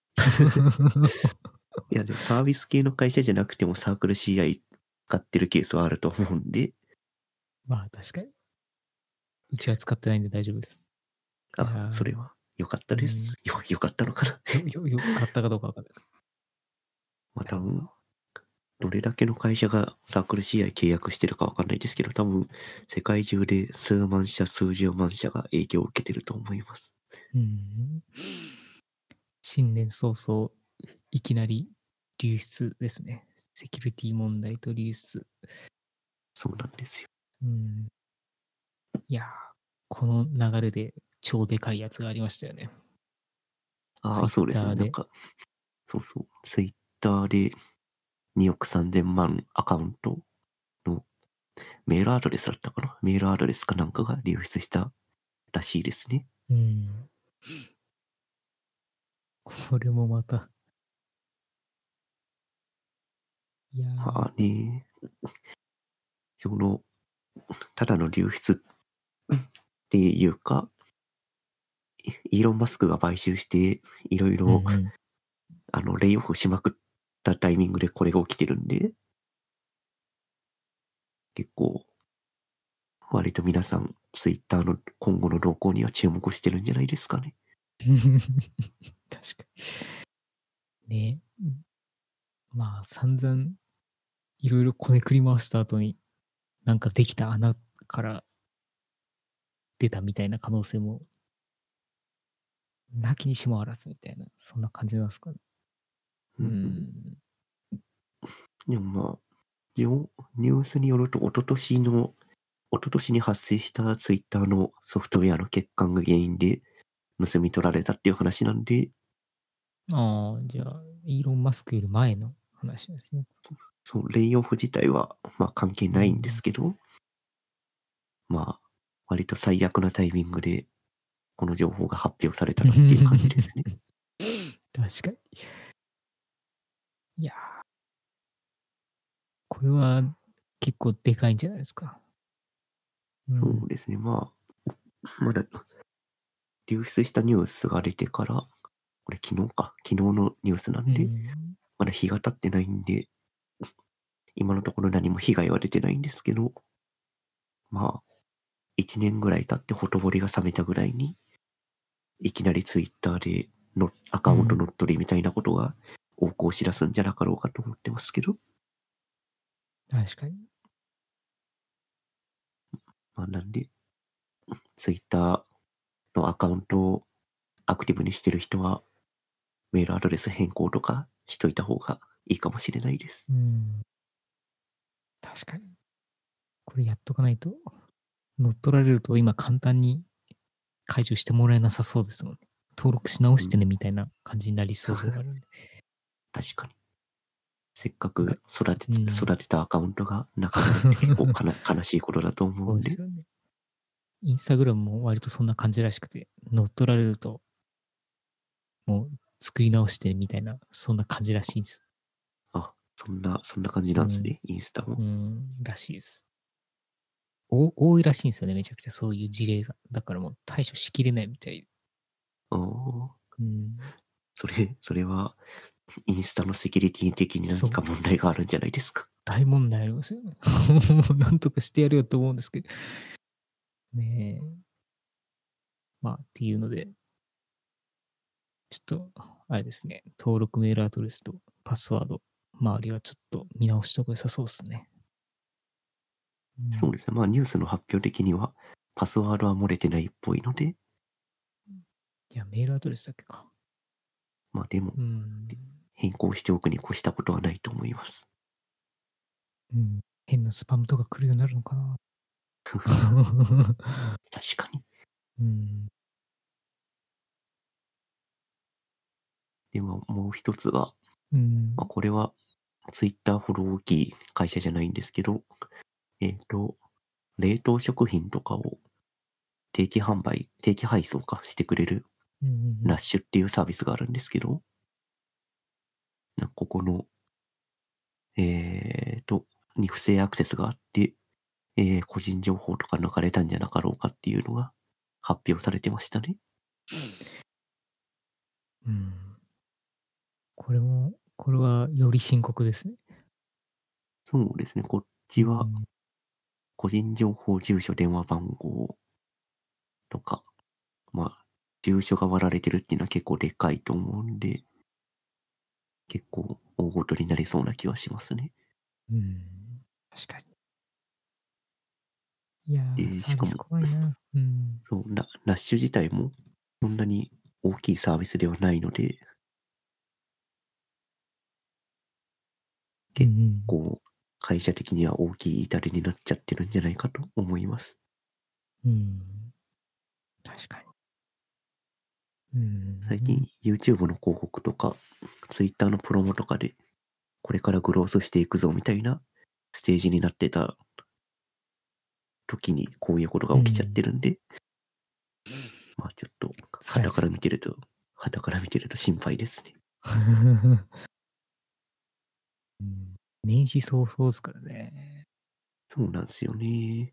いやでもサービス系の会社じゃなくてもサークル シーアイ 使ってるケースはあると思うんで、 まあ確かに。うちは使ってないんで大丈夫です。いやあ、 ー、 それは良かったうん、 です。よ、良かったのかな。 よ、よ、よかったかどうかわかんない。 まあなるほど。 多分、どれだけの会社がサークル シーアイ 契約してるかわかんないですけど、多分、世界中で数万社、数十万社が影響を受けてると思います。 うん。新年早々、いきなり流出ですね。セキュリティ問題と流出。 そうなんですよ。 うん。いやー、この流れで超でかいやつがありましたよね。 ああ、 ツイッそうですね。 ターで。 なんか、そうそう。ツイッターでにおくさんぜんまんアカウントのメールアドレスだったかな。メールアドレスかなんかが流出したらしいですね。 うん。これもまた。いやー、 まあね、その、ただの流出っていうか、イーロン・マスクが買収して、いろいうんろ、 うん。 あの、レイオフしまくったタイミングでこれが起きてるんで、結構、割と皆さん、ツイッターの今後の動向には注目してるんじゃないですかね。 確かに。ね。まあ、散々、いろいろこねくり回した後に、なんかできた穴から出たみたいな可能性もなきにしもあらずみたいな、そんな感じなんですかね。 ううんん。 でもまあ、よニュースによると、一昨年の、一昨年に発生したツイッターのソフトウェアの欠陥が原因で盗み取られたっていう話なんで、 ああ、じゃあ、イーロン・マスクより前の話ですね。 そう、レイオフ自体はまあ関係ないんですけど、まあ、割と最悪なタイミングでこの情報が発表されたなっていう感じですね。 確かに。いやー、これは結構でかいんじゃないですか。うそん。 うですね、まあ、まだ流出したニュースが出てから、これ昨日か、昨日のニュースなうんで、 ん。 まだ日が経ってないんで、今のところ何も被害は出てないんですけど、まあ、いちねんぐらい経ってほとぼりが冷めたぐらいに、いきなりツイッターでのアカウント乗っ取りみたいなことが横行しだすんじゃなかろうかと思ってますけど、 確かに。 まあなんで、ツイッターのアカウントをアクティブにしてる人は、メールアドレス変更とかしといた方がいいかもしれないです。 うん。確かに。これやっとかないと、乗っ取られると今簡単に解除してもらえなさそうですもんね。登録し直うん、 してねみたいな感じになりそうではあるんで。 確かに。せっかなんか、 く育てて、 うん。 育てたアカウントがなくなるって結構かな悲しいことだと思うんで、 そうですよね。インスタグラムも割とそんな感じらしくて、乗っ取られると、もう作り直してみたいな、そんな感じらしいです。 あ、そんな、そんな感じうん。 なんですね、インスタも。 うん、らしいです。お多いらしいんですよね、めちゃくちゃそういう事例が。だからもう対処しきれないみたい。 ああ、 うん。 それ、それは、インスタのセキュリティ的に何そう、 か問題があるんじゃないですか。 大問題ありますよね。もうなんとかしてやるよと思うんですけど。ねえ。まあ、っていうので、ちょっと、あれですね、登録メールアドレスとパスワード、周りはちょっと見直しとか良さそうですね。うん。 そうですね。まあ、ニュースの発表的には、パスワードは漏れてないっぽいので、 いや、メールアドレスだけか。 まあでも、 うん。 変更しておくに越したことはないと思います。 うん。変なスパムとか来るようになるのかな。 確かに。 うん。 でも、もう一つが、 うん。 まあ、これは、ツイッターほど大きい会社じゃないんですけど、えっ、と、冷凍食品とかを定期販売、定期配送かしてくれるうんうんラッシュっていうサービスがあるんですけど、なんかここの、えっ、と、に不正アクセスがあって、えー個人情報とか抜かれたんじゃなかろうかっていうのが発表されてましたね。 うん。うん。これも、これはより深刻ですね。 そうですね。こっちはうん。 個人情報、住所、電話番号とか、まあ、住所が割られてるっていうのは結構でかいと思うんで、結構大ごとになりそうな気はしますね。 うん。確かに。いやー、 で、 サービスしかも、 怖いな。うん。 そう、ララッシュ自体もそんなに大きいサービスではないので、結うんうん。 構会社的には大きい痛手になっちゃってるんじゃないかと思います。 うん。確かに。うん。 最近 YouTube の広告とか Twitter のプロモとかでこれからグロースしていくぞみたいなステージになってた時にこういうことが起きちゃってるんで、まあちょっと傍から辛いっすね。 見てると、傍から見てると心配ですね。 うん。年始早々ですからね。 そうなんですよね。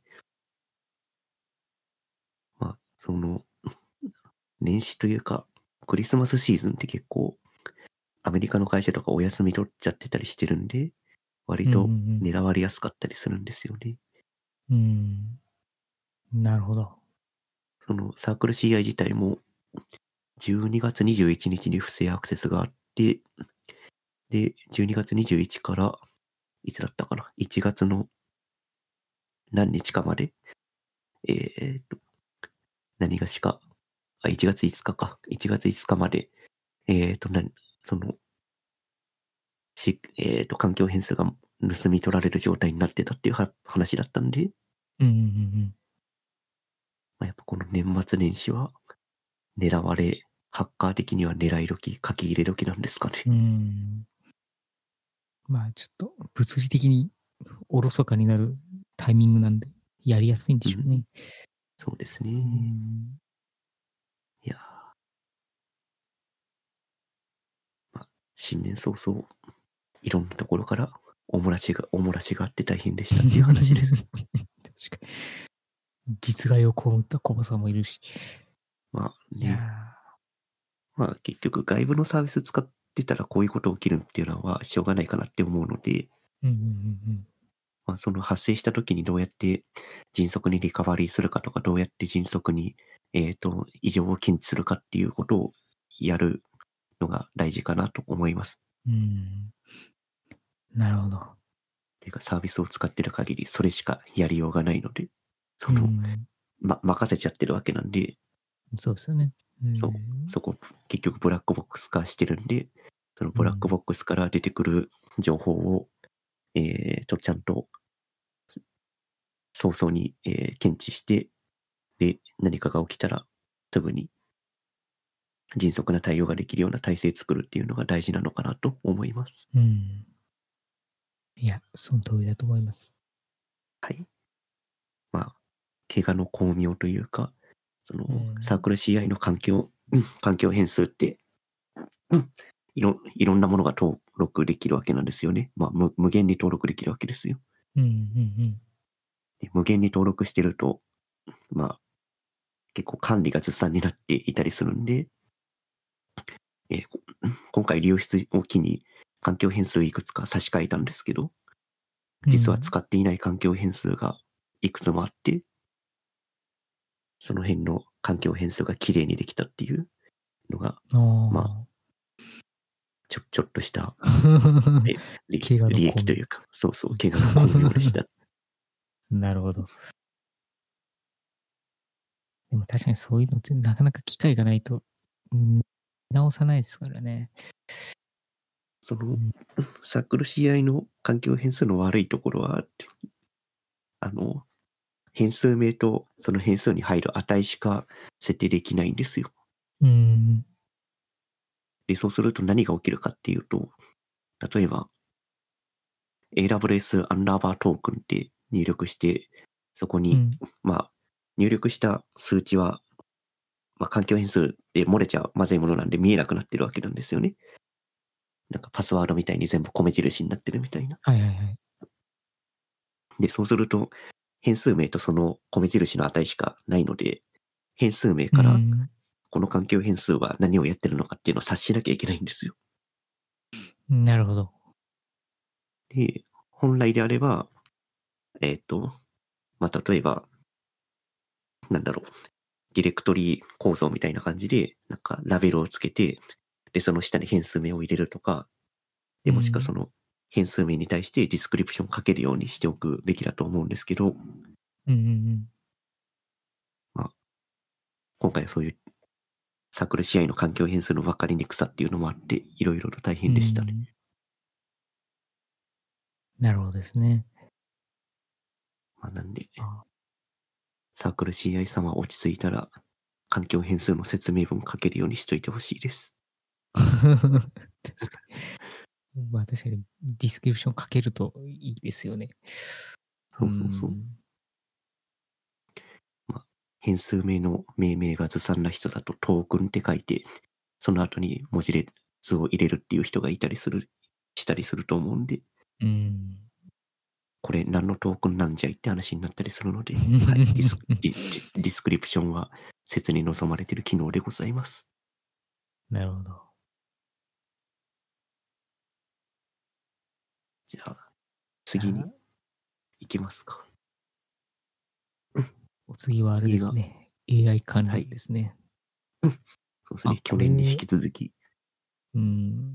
まあその年始というかクリスマスシーズンって結構アメリカの会社とかお休み取っちゃってたりしてるんで、割うんうとん狙われやすかったりするんですよね。 うん。うん。なるほど。 そのサークル シーアイ 自体もじゅうにがつにじゅういちにちに不正アクセスがあって、で、じゅうにがつにじゅういちから、いつだったかな ?いち 月の何日かまで、えーっと、何がしかあ、いちがついつかか。いちがついつかまで、えっと、なその、しえっと、環境変数が盗み取られる状態になってたっていうは話だったんで、 うんうんうんまあ、やっぱこの年末年始は狙われ、ハッカー的には狙い時、書き入れ時なんですかね。 うん。うーん。まあちょっと物理的におろそかになるタイミングなんで、やりやすいんでうん、 しょうね。 そうですうーね。 ん。 いやー、まあ、新年早々、いろんなところからおもらしが、おもらしがあって大変でしたっていう話です。 確かに。実害を被ったコバさんもいるし。 まあいね、 やまあ結局外部のサービス使ってたらこういうこと起きるっていうのはしょうがないかなって思うので、 ー。うんうんうんまあ、その発生した時にどうやって迅速にリカバリーするかとか、どうやって迅速に、えっと、異常を検知するかっていうことをやるのが大事かなと思います。 うん。うーん。なるほど。 ていうかサービスを使ってる限りそれしかやりようがないので、そうの、 ん。 ま、任せちゃってるわけなんで、 そうですよね。うそう、 ん。 そこ結局ブラックボックス化してるんで、そのブラックうん。 ボックスから出てくる情報を、えーと、ちゃんと早々に、えー検知して、で、何かが起きたらすぐに迅速な対応ができるような体制作るっていうのが大事なのかなと思います。 うん。いや、その通りだと思います。 はい。まあ、怪我の巧妙というか、そのうん。 サークル シーアイ の環境、うん環境変数って、うんいろ、いろんなものが登録できるわけなんですよね。まあ、無無限に登録できるわけですよ。 うんうんうん。 で無限に登録してると、まあ、結構管理がずさんになっていたりするんで、えーこ今回流出を機に環境変数いくつか差し替えたんですけど、実は使っていない環境変数がいくつもあって、その辺の環境変数が綺麗にできたっていうのが、 うん。 まあ、 あちょ、ちょっとしたあ。 え利怪我の利巧妙。 益というか、そうそう、怪我の巧妙でした。 なるほど。でも確かにそういうのってなかなか機会がないと、うん、直さないですからね。 その、 うん。 サークル シーアイ の環境変数の悪いところは、あの、変数名とその変数に入る値しか設定できないんですよ。 うん。 で、そうすると何が起きるかっていうと、例えば、エーダブリューエス アンダーバートークンって入力して、そこに、 うん。 まあ、入力した数値は、まあ、環境変数で漏れちゃまずいものなんで見えなくなってるわけなんですよね。なんかパスワードみたいに全部米印になってるみたいな。 はいはいはい。 で、そうすると、変数名とその米印の値しかないので、変数名うからん。 この環境変数は何をやってるのかっていうのを察しなきゃいけないんですよ。 なるほど。 で、本来であれば、えっと、まあ、例えば、なんだろう、ディレクトリ構造みたいな感じで、なんかラベルをつけて、で、その下に変数名を入れるとか、で、もしくはうん。 その変数名に対してディスクリプションをかけるようにしておくべきだと思うんですけど、 うんうんうん。 まあ、今回はそういうサークル シーアイ の環境変数の分かりにくさっていうのもあって、いろいろと大う変でしたね。 ん。なるほどですね。 まあ、なんで、 あサークル シーアイ さんは落ち着いたら、環境変数の説明文書けるようにしといてほしいです。 確かに。まあ確かにディスクリプションかけるといいですよね。うそうそうそう。 ん。 まあ、変数名の命名がずさんな人だとトークンって書いて、その後に文字列を入れるっていう人がいたりする、したりすると思うんで、 うん。 これ何のトークンなんじゃいって話になったりするので、はい、ディスディディスクリプションは説に望まれている機能でございます。 なるほど。 じゃあ、 じゃ次にあ、 行きますか。うん、 お次はあれで次が、 すね。エーアイ 関連はい。 ですね。 うん、そうですあ、 ね。去こ年に引れ、 き続きうん。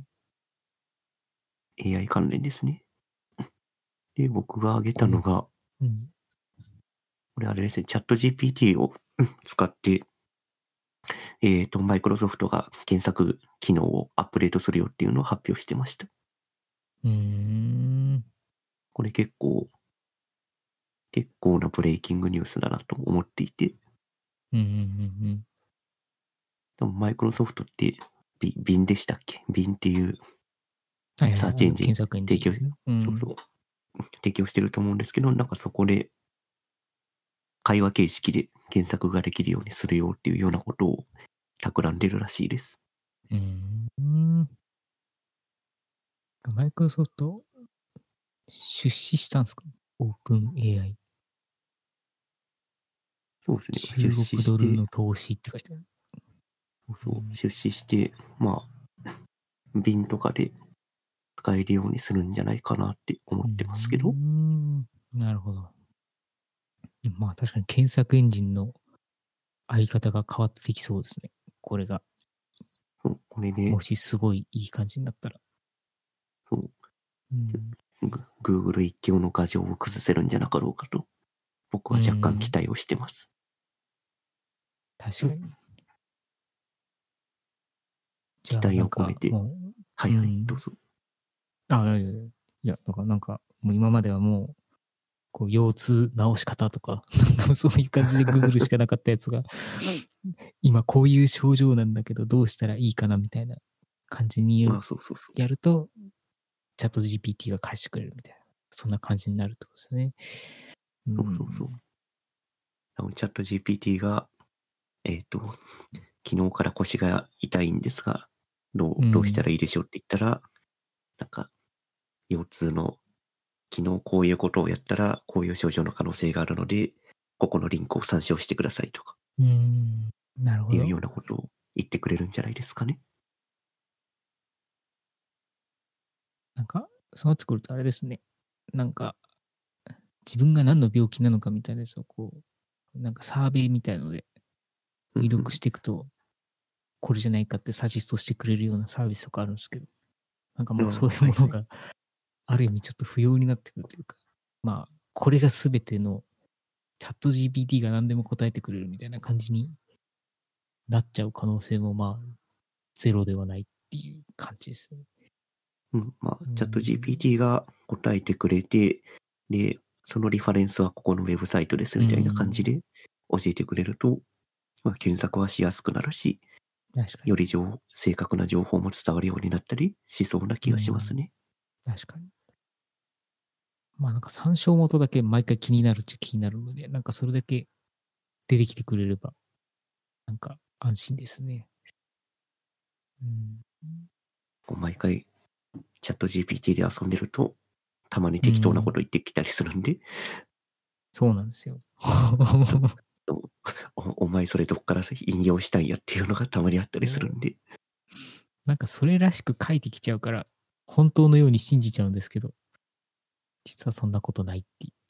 エーアイ 関連ですね。で、僕が挙げこれ、 たのが、 うん。 これあれですね、チャット ジーピーティー をうん使って、 えっと、マイクロソフトが検索機能をアップデートするよっていうのを発表してました。 うーん。 これ結構、結構なブレイキングニュースだなと思っていて、 うんうんうんでもマイクロソフトってビ、ビンでしたっけ？ビンっていううん。はいはい。あの、 サーチエンジン検索エンジ提供、 ンですね。うん。 そうそう、提供してると思うんですけど、なんかそこで会話形式で検索ができるようにするよっていうようなことを企んでるらしいです。 うーん。マイクロソフト、出資したんですか？オープン エーアイ。 そうですね。出中国ドル資して、 の投資って書いてある。 そうそう、 うん。 出資して、まあ、ビンとかで使えるようにするんじゃないかなって思うーってますけど、 ん。なるほど。まあ確かに検索エンジンのあり方が変わってきそうですね。これが、 そうこれで、 もしすごいいい感じになったら。 そう、 うん。 グ Google 一強の牙城を崩せるんじゃなかろうかと、僕うは若干期ん。 待をしてます。 確かに。じ期待をゃあなん込めて、 かもう、 はいはい、どうん。 うぞ。 あ、いやいやいや、いや、だからなんか、もう今まではもう、こう腰痛治し方とか、なんかそういう感じでググるしかなかったやつが、今こういう症状なんだけどどうしたらいいかなみたいな感じに言まあうそうそうそう。 やると、チャット ジーピーティー が返してくれるみたいな、そんな感じになるってことですよね。うそうそうそう。 ん。 多分チャット ジーピーティー が、えっ、と、昨日から腰が痛いんですが、どう、どうしたうん。 らいいでしょうって言ったら、なんか、腰痛の、昨日こういうことをやったら、こういう症状の可能性があるので、ここのリンクを参照してくださいとか、 うん。なるほど。 っていうようなことを言ってくれるんじゃないですかね。 なんか、そうなってくるとあれですね。なんか、自分が何の病気なのかみたいなやつをこう、なんかサーベイみたいので入力しうんうん。 ていくと、これじゃないかってサジェストしてくれるようなサービスとかあるんですけど、なんかああ、 もうそういうはいはい。 ものがある意味ちょっと不要になってくるというか、まあ、これが全てのチャット ジーピーティー が何でも答えてくれるみたいな感じになっちゃう可能性もまあ、ゼロではないっていう感じですね。 うん、まあ、 うチャットん。 ジーピーティー が答えてくれて、で、そのリファレンスはここのウェブサイトですうみたいな感じん。 で教えてくれると、まあ、検索はしやすくなるし、 確かに。 より情正確な情報も伝わるようになったりしそうな気がしますうん。 ね。 確かに。まあなんか参照元だけ毎回気になるっちゃ気になるので、なんかそれだけ出てきてくれれば、なんか安心ですね。うん。 こう毎回チャット ジーピーティー で遊んでると、たまにうん。 適当なこと言ってきたりするんで、 そうなんですよ。 そうそうお、お前それどっから引用したんやっていうのがたまにあったりするんで、 なんかそれらしく書いてきちゃうから、本当のように信じちゃうんですけど、実はそんなことないっていう。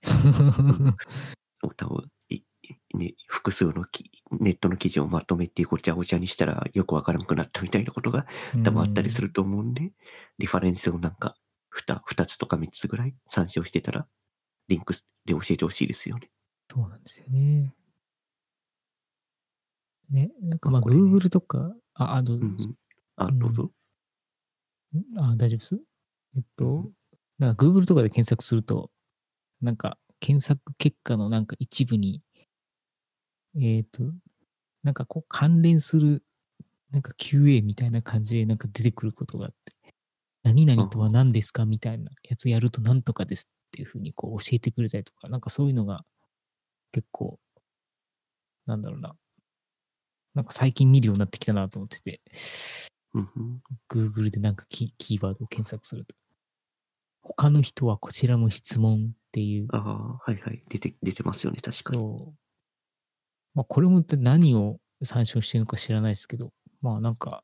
そう多分いね、複数のきネットの記事をまとめてごちゃごちゃにしたらよくわからなくなったみたいなことがう多分あったりん。 すると思うんで、リファレンスをなんか2、二つとかみっつぐらい参照してたら、リンクで教えてほしいですよね。 そうなんですよね。ね、なんかまあまあこれね。 Google とか、あ、あの、 うんうん。あ、 うん、 どうぞ。 あ、大丈夫です。えっと、 うんうん。 なんか Google とかで検索すると、なんか検索結果のなんか一部に、えっと、なんかこう関連するなんか キューエー みたいな感じでなんか出てくることがあって、何々とはあ何ですかみたいなやつやるとなんとかですっていう風にこう教えてくれたりとか、なんかそういうのが結構、なんだろうな、なんか最近見るようになってきたなと思ってて、 うんうん。 Google でなんかキキーワードを検索すると、他の人はこちらも質問っていう、 ああ、はいはい。出て、出てますよね、確かに。 そう、まあこれも一体何を参照してるのか知らないですけど、まあなんか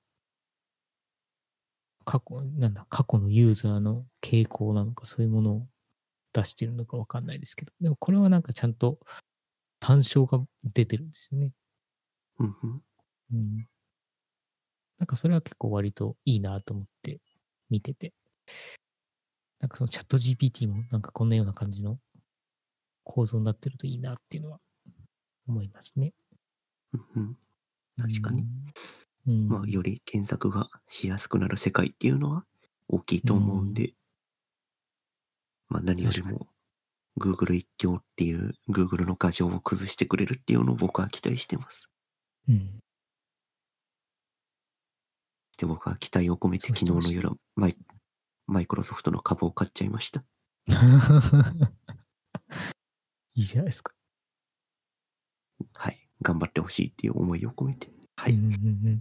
過去、なんだ、過去のユーザーの傾向なのかそういうものを出してるのかわかんないですけど、でもこれはなんかちゃんと単勝が出てるんですよね。 うんうん。 うん。なんかそれは結構割といいなと思って見てて。なんかそのチャット ジーピーティー もなんかこんなような感じの構造になってるといいなっていうのは思いますね。 うんうん。 確かに。 うん。 まあ、より検索がしやすくなる世界っていうのは大きいと思うんで、まあ何より確かに。 も Google 一強っていう Google の牙城を崩してくれるっていうのを僕は期待してます。 うん。 で、僕は期待を込めてそうしてほしい。 昨日の夜マイ、マイクロソフトの株を買っちゃいました。 いいじゃないですか。 はい。頑張ってほしいっていう思いを込めて。はうんうい。 ん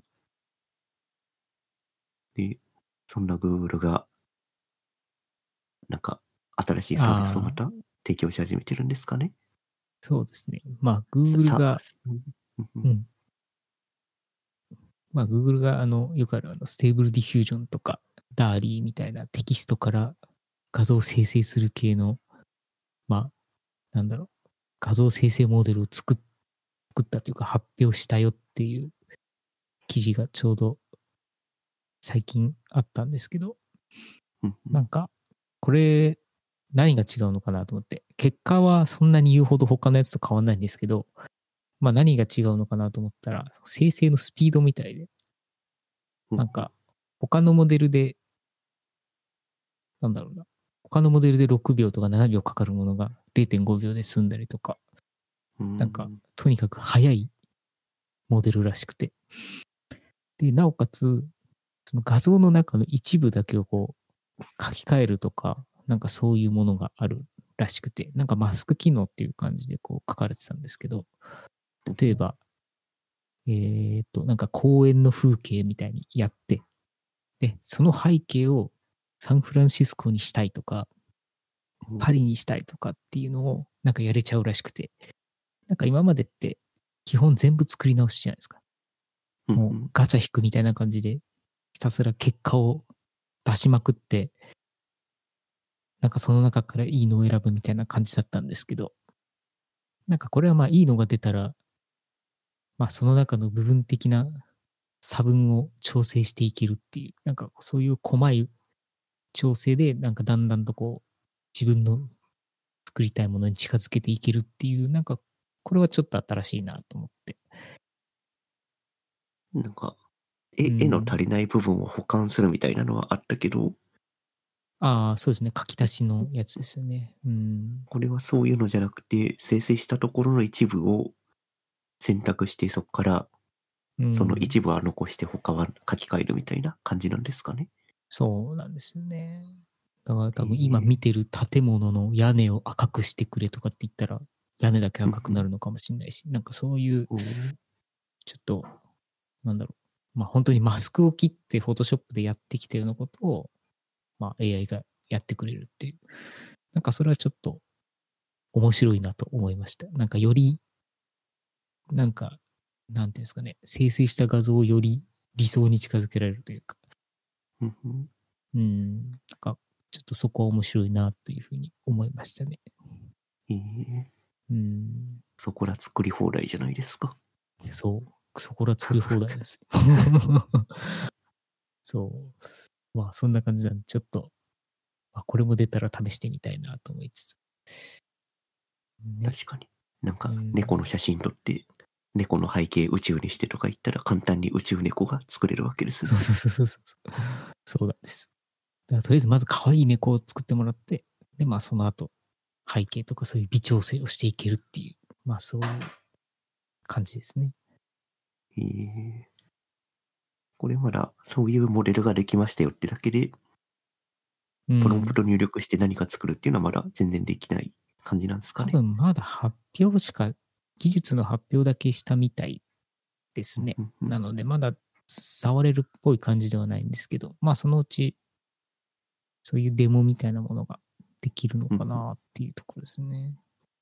で、そんな Google が、なんか、新しいうん。 サービスをまああ、 た提供し始めてるんですかね。 そうですね。まあ、 さ、 Google さ、 が、 うんうんうんうん。まあ、Google が、あの、よくある、あの、ステーブルディフュージョンとか、ダーリーみたいなテキストから画像を生成する系の、まあ、なんだろう、画像生成モデルを作っ作ったというか発表したよっていう記事がちょうど最近あったんですけど、 うんうんなんか、これ、何が違うのかなと思って、結果はそんなに言うほど他のやつと変わんないんですけど、まあ何が違うのかなと思ったら、生成のスピードみたいで、 うんうんなんか、他のモデルで、なんだろうな、他のモデルでろくびょうとかななびょうかかるものがれいてんごびょうで済んだりとか、 うんなんか、とにかく速いモデルらしくて。で、なおかつ、その画像の中の一部だけをこう書き換えるとか、なんかそういうものがあるらしくて、なんかマスク機能っていう感じでこう書かれてたんですけど、例えば、えっと、なんか公園の風景みたいにやって、で、その背景をサンフランシスコにしたいとか、パリにしたいとかっていうのをなんかやれちゃうらしくて、なんか今までって基本全部作り直しじゃないですか。もううんうんガチャ引くみたいな感じで、ひたすら結果を出しまくって、なんかその中からいいのを選ぶみたいな感じだったんですけど、なんかこれはまあいいのが出たら、まあその中の部分的な差分を調整していけるっていう、なんかそういう細い調整で、なんかだんだんとこう、自分の作りたいものに近づけていけるっていう、なんかこれはちょっと新しいなと思って。 なんか、 う絵絵の足ん。 りない部分を補完するみたいなのはあったけど、 ああ、そうですね。書き足しのやつですよね。うん。 これはそういうのじゃなくて、生成したところの一部を選択して、そこからうん。 その一部は残して他は書き換えるみたいな感じなんですかね。 そうなんですよね。だから多分今ええ見てる建物の屋根を赤くしてくれとかって言ったら、屋根だけ赤くなうんうんるのかもしれないし、なんかそういう、 おーちょっと、なんだろう。まあ本当にマスクを切ってフォトショップでやってきたようなことを、まあ エーアイ がやってくれるっていう。なんかそれはちょっと面白いなと思いました。なんかより、なんか、なんていうんですかね、生成した画像をより理想に近づけられるというか、 うんうんうん、なんか、ちょっとそこは面白いなというふうに思いましたね。 ええうん、 そこら作り放題じゃないですか。 そう、そこら作り放題です。そう。まあ、そんな感じなんで、ちょっと、まあ、これも出たら試してみたいなと思いつつ。ね。 確かに。なんかうん。 猫の写真撮って、猫の背景宇宙にしてとか言ったら簡単に宇宙猫が作れるわけですね。 そうそうそうそうそう。そうなんです。だからとりあえずまず可愛い猫を作ってもらって、で、まあその後、背景とかそういう微調整をしていけるっていう、まあそういう感じですね。 ええこれまだそういうモデルができましたよってだけで、プロンプうん。 ト入力して何か作るっていうのはまだ全然できない感じなんですか多ね。 分まだ発表しか、技術の発表だけしたみたいですうんね。 うんうんなのでまだ触れるっぽい感じではないんですけど、まあそのうちそういうデモみたいなものができるのかうんうんなっていうところですね。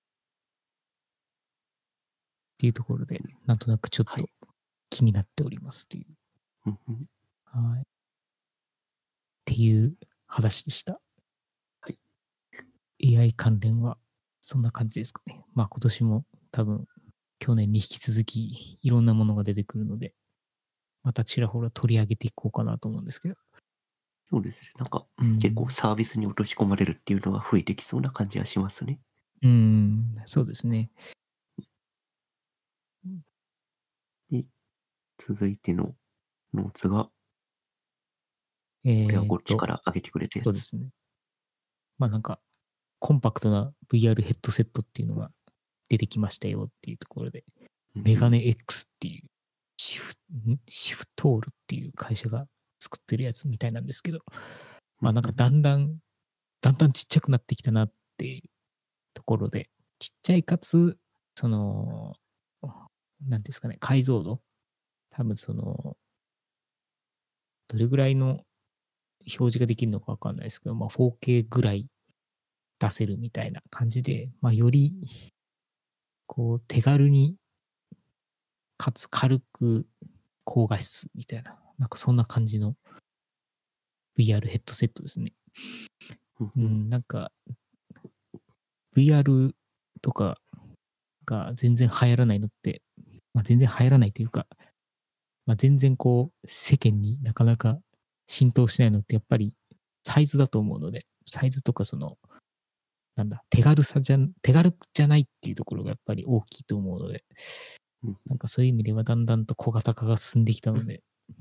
っていうところで、なんとなくちょっとはい。 気になっておりますという。 うんうんはい。っていう話でした。 はい。 エーアイ 関連はそんな感じですかね。まあ今年も多分去年に引き続きいろんなものが出てくるので、またちらほら取り上げていこうかなと思うんですけど。 そうですね。なんかう結構ん。 サービスに落とし込まれるっていうのが増えてきそうな感じはしますね。 うん、そうですね。 で続いてのノーツが、 えこれはこっちーっと、 から上げてくれたやつ。 そうですね。まあなんか、コンパクトな ブイアール ヘッドセットっていうのが出てきましたよっていうところで、 うんメガネ X っていうシフ、んシフトールっていう会社が作ってるやつみたいなんですけど、まあなんかだんだん、だんだんちっちゃくなってきたなっていうところで、ちっちゃいかつ、その、なんですかね、解像度多分その、どれぐらいの表示ができるのかわかんないですけど、まあ フォーケー ぐらい出せるみたいな感じで、まあより、こう手軽に、かつ軽く高画質みたいな、なんかそんな感じの ブイアール ヘッドセットですね。 うんうんうん、なんか ブイアール とかが全然流行らないのって、まあ全然流行らないというか、まあ全然こう世間になかなか浸透しないのってやっぱりサイズだと思うので、サイズとかその、なんだ、手軽さじゃん、手軽じゃないっていうところがやっぱり大きいと思うので、 うんなんかそういう意味ではだんだんと小型化が進んできたので、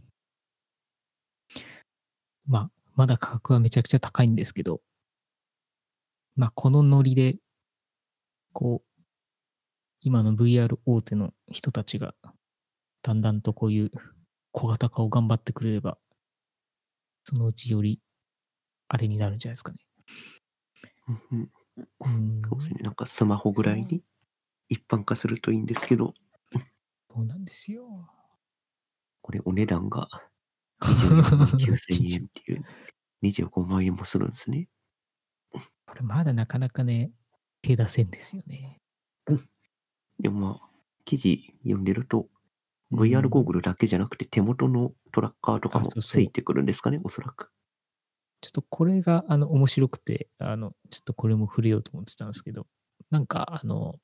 まあ、まだ価格はめちゃくちゃ高いんですけど、まあこのノリで、こう、今の ブイアール 大手の人たちが、だんだんとこういう小型化を頑張ってくれれば、そのうちより、あれになるんじゃないですかね。 うんうんうん。 そうですね。なんかスマホぐらいに一般化するといいんですけど、 そうなんですよ。 これお値段がにじゅうよんまんきゅうせんえんっていうにじゅうごまん円もするんですね。 これまだなかなかね、手出せんですよね。 でもまあ、記事読んでると、 うんブイアール ゴーグルだけじゃなくて手元のトラッカーとかあ、 もそうそう。 ついてくるんですかね、おそらく。 ちょっとこれが、あの、面白くて、あの、ちょっとこれも触れようと思ってたんですけど、なんか、あの、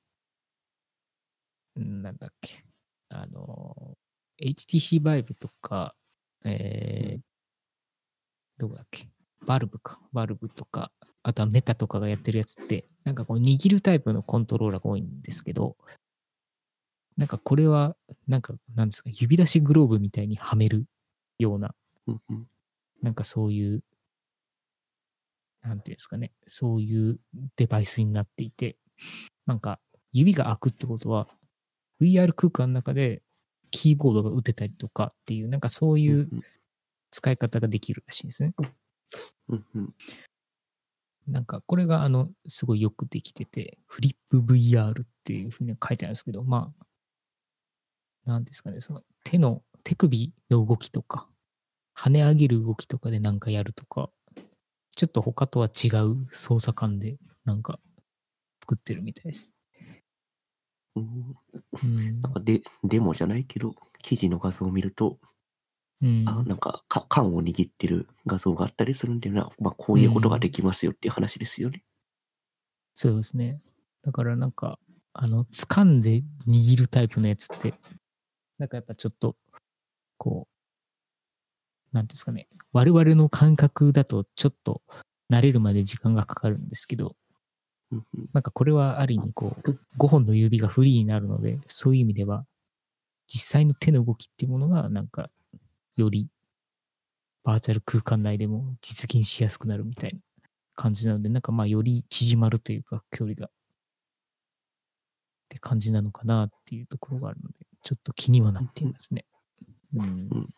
んなんだっけ、あの、エイチティーシー バイブとか、えーうんどこだっけ、バルブか、バルブとか、あとはメタとかがやってるやつって、なんかこう握るタイプのコントローラーが多いんですけど、なんかこれは、なんか、なんですか、指出しグローブみたいにはめるような、 うんうんなんかそういう、なんていうんですかね、そういうデバイスになっていて、なんか指が開くってことは、ブイアール 空間の中でキーボードが打てたりとかっていう、なんかそううんいう使い方ができるらしいんですね。 うんうんなんかこれがあの、すごいよくできてて、フリップ ブイアール っていうふうに書いてあるんですけど、まあ、なんですかね、その手の、手首の動きとか、跳ね上げる動きとかでなんかやるとか、ちょっと他とは違う操作感でなんか作ってるみたいです。 うんうんなん。かで、デモじゃないけど、記事の画像を見ると、 うあ、 ん。 なんか、か缶を握ってる画像があったりするんだよな。まあ、こうういうことがでん。 きますよっていう話ですよね。 そうですね。だからなんか、あの、掴んで握るタイプのやつって、なんかやっぱちょっと、こう、なんていうんですかね、我々の感覚だとちょっと慣れるまで時間がかかるんですけど、 うんうんなんかこれはある意味こう、ごほんの指がフリーになるので、そういう意味では、実際の手の動きっていうものが、なんか、よりバーチャル空間内でも実現しやすくなるみたいな感じなので、なんかまあより縮まるというか、距離がって感じなのかなっていうところがあるので、ちょっと気にはなっていますね。うん。 うん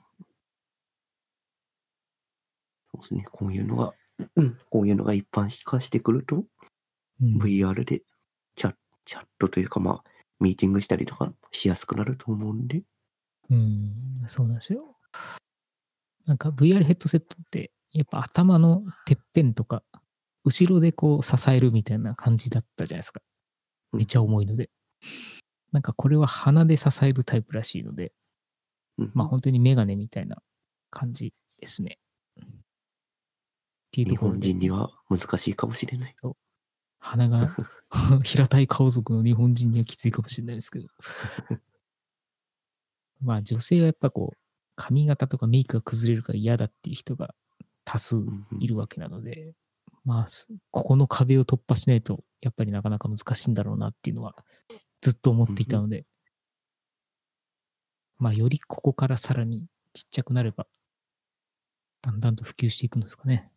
そうですね。こういうのが、うんこういうのが一般化してくると、 うん、 ブイアール でチャチャットというか、まあ、ミーティングしたりとかしやすくなると思うんで。 うん、そうなんですよ。なんか ブイアール ヘッドセットって、やっぱ頭のてっぺんとか、後ろでこう支えるみたいな感じだったじゃないですか。めっちゃ重いので。なんかこれは鼻で支えるタイプらしいので、 うんまあ本当にメガネみたいな感じですね。っていう日ところで、 本人には難しいかもしれない。 鼻が平たい顔族の日本人にはきついかもしれないですけど。まあ女性はやっぱこう、髪型とかメイクが崩れるから嫌だっていう人が多数うんうんいるわけなので、まあ、すここの壁を突破しないと、やっぱりなかなか難しいんだろうなっていうのはずっと思っていたので、 まあ、よりここからさらにちっちゃくなれば、だんだんと普及していくんですかね。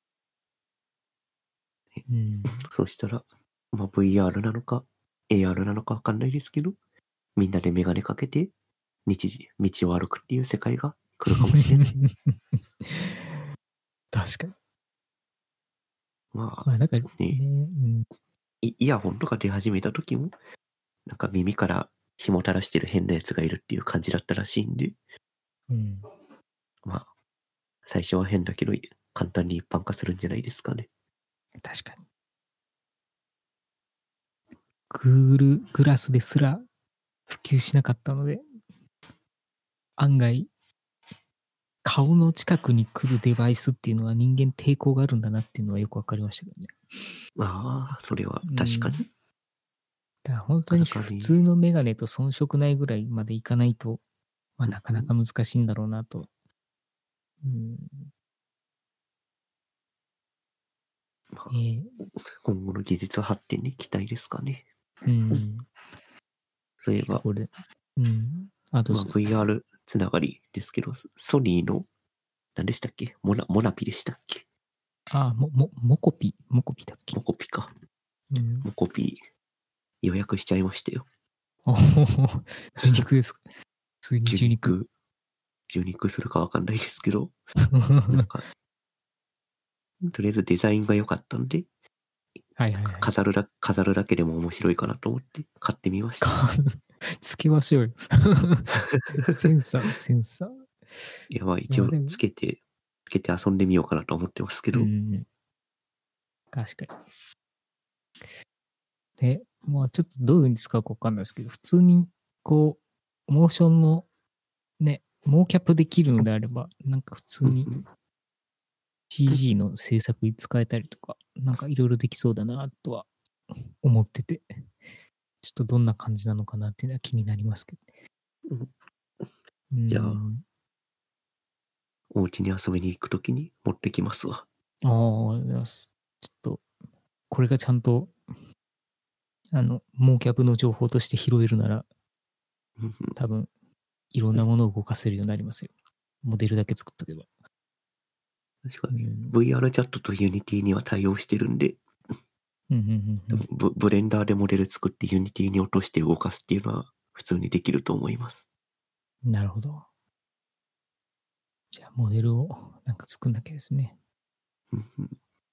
うん。 そうしたら、まあ、ブイアール なのか、エーアール なのかわかんないですけど、みんなでメガネかけて、日時、道を歩くっていう世界が来るかもしれない。 確かに。 まあ、 まあ、なんかね、 ね、 うん、 イイヤホンとか出始めた時も、なんか耳から紐垂らしてる変なやつがいるっていう感じだったらしいんで、 うん。 まあ、最初は変だけど、簡単に一般化するんじゃないですかね。 確かに。Google グラスですら普及しなかったので、案外、顔の近くに来るデバイスっていうのは人間抵抗があるんだなっていうのはよくわかりましたけどね。 ああ、それはうん。 確かに。 だから本当になかなかね、 普通のメガネと遜色ないぐらいまでいかないと、まあ、 うんなかなか難しいんだろうなと。うん。 まあ、 えー今後の技術発展に期待ですかね。 うん。 そういえば、 ところで。うん。あ、どうまあ、 ぞ。 ブイアール つながりですけど、ソニーの、何でしたっけモナ、モナピでしたっけあ、も、も、モコピ、モコピだっけ。 モコピか。 うん。 モコピ予約しちゃいましたよ。 おほほ受肉ですか。普通に受受肉。 肉、受肉するかわかんないですけど、なんか、とりあえずデザインが良かったんで、 はいはいはい。 飾るだ、飾るだけでも面白いかなと思って買ってみました。 かつけましょうよ。センサー、センサー。 いや、まあ一応まあでも、 つけて、つけて遊んでみようかなと思ってますけど、 うん。確かに。で、まあちょっとどういうふうに使うかわかんないですけど、普通に、こう、モーションのね、モーキャップできるのであれば、なんか普通にうんうんシージー の制作に使えたりとか、なんかいろいろできそうだなとは思ってて、ちょっとどんな感じなのかなっていうのは気になりますけど。 うんうーじゃあ、 ん。 お家に遊びに行くときに持ってきますわ。 ああ、ありがとうございます。ちょっと、これがちゃんと、あの、モーキャップの情報として拾えるなら、 うんうん多分、いろんなものを動かせるようになりますよ。モデルだけ作っとけば。 確かに。 うん。 ブイアール チャットと Unity には対応してるんで、 うんうんうんうん。 ブブレンダーでモデル作って Unity に落として動かすっていうのは普通にできると思います。 なるほど。じゃあ、モデルをなんか作んなきゃですね。 うんうん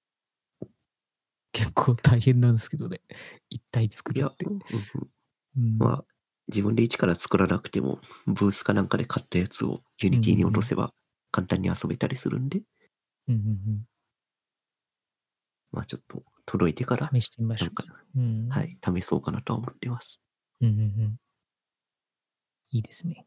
結構大変なんですけどね。一体作いや、 るって。 うんうんうん。 まあ、自分で一から作らなくても、ブースかなんかで買ったやつを Unity に落とせば簡単に遊べたりするんで、 うんうんまあちょっと届いてからうん。試してみましょなんか、 う。うん。 はい、試そうかなとは思ってます。 うんうんうん。いいですね。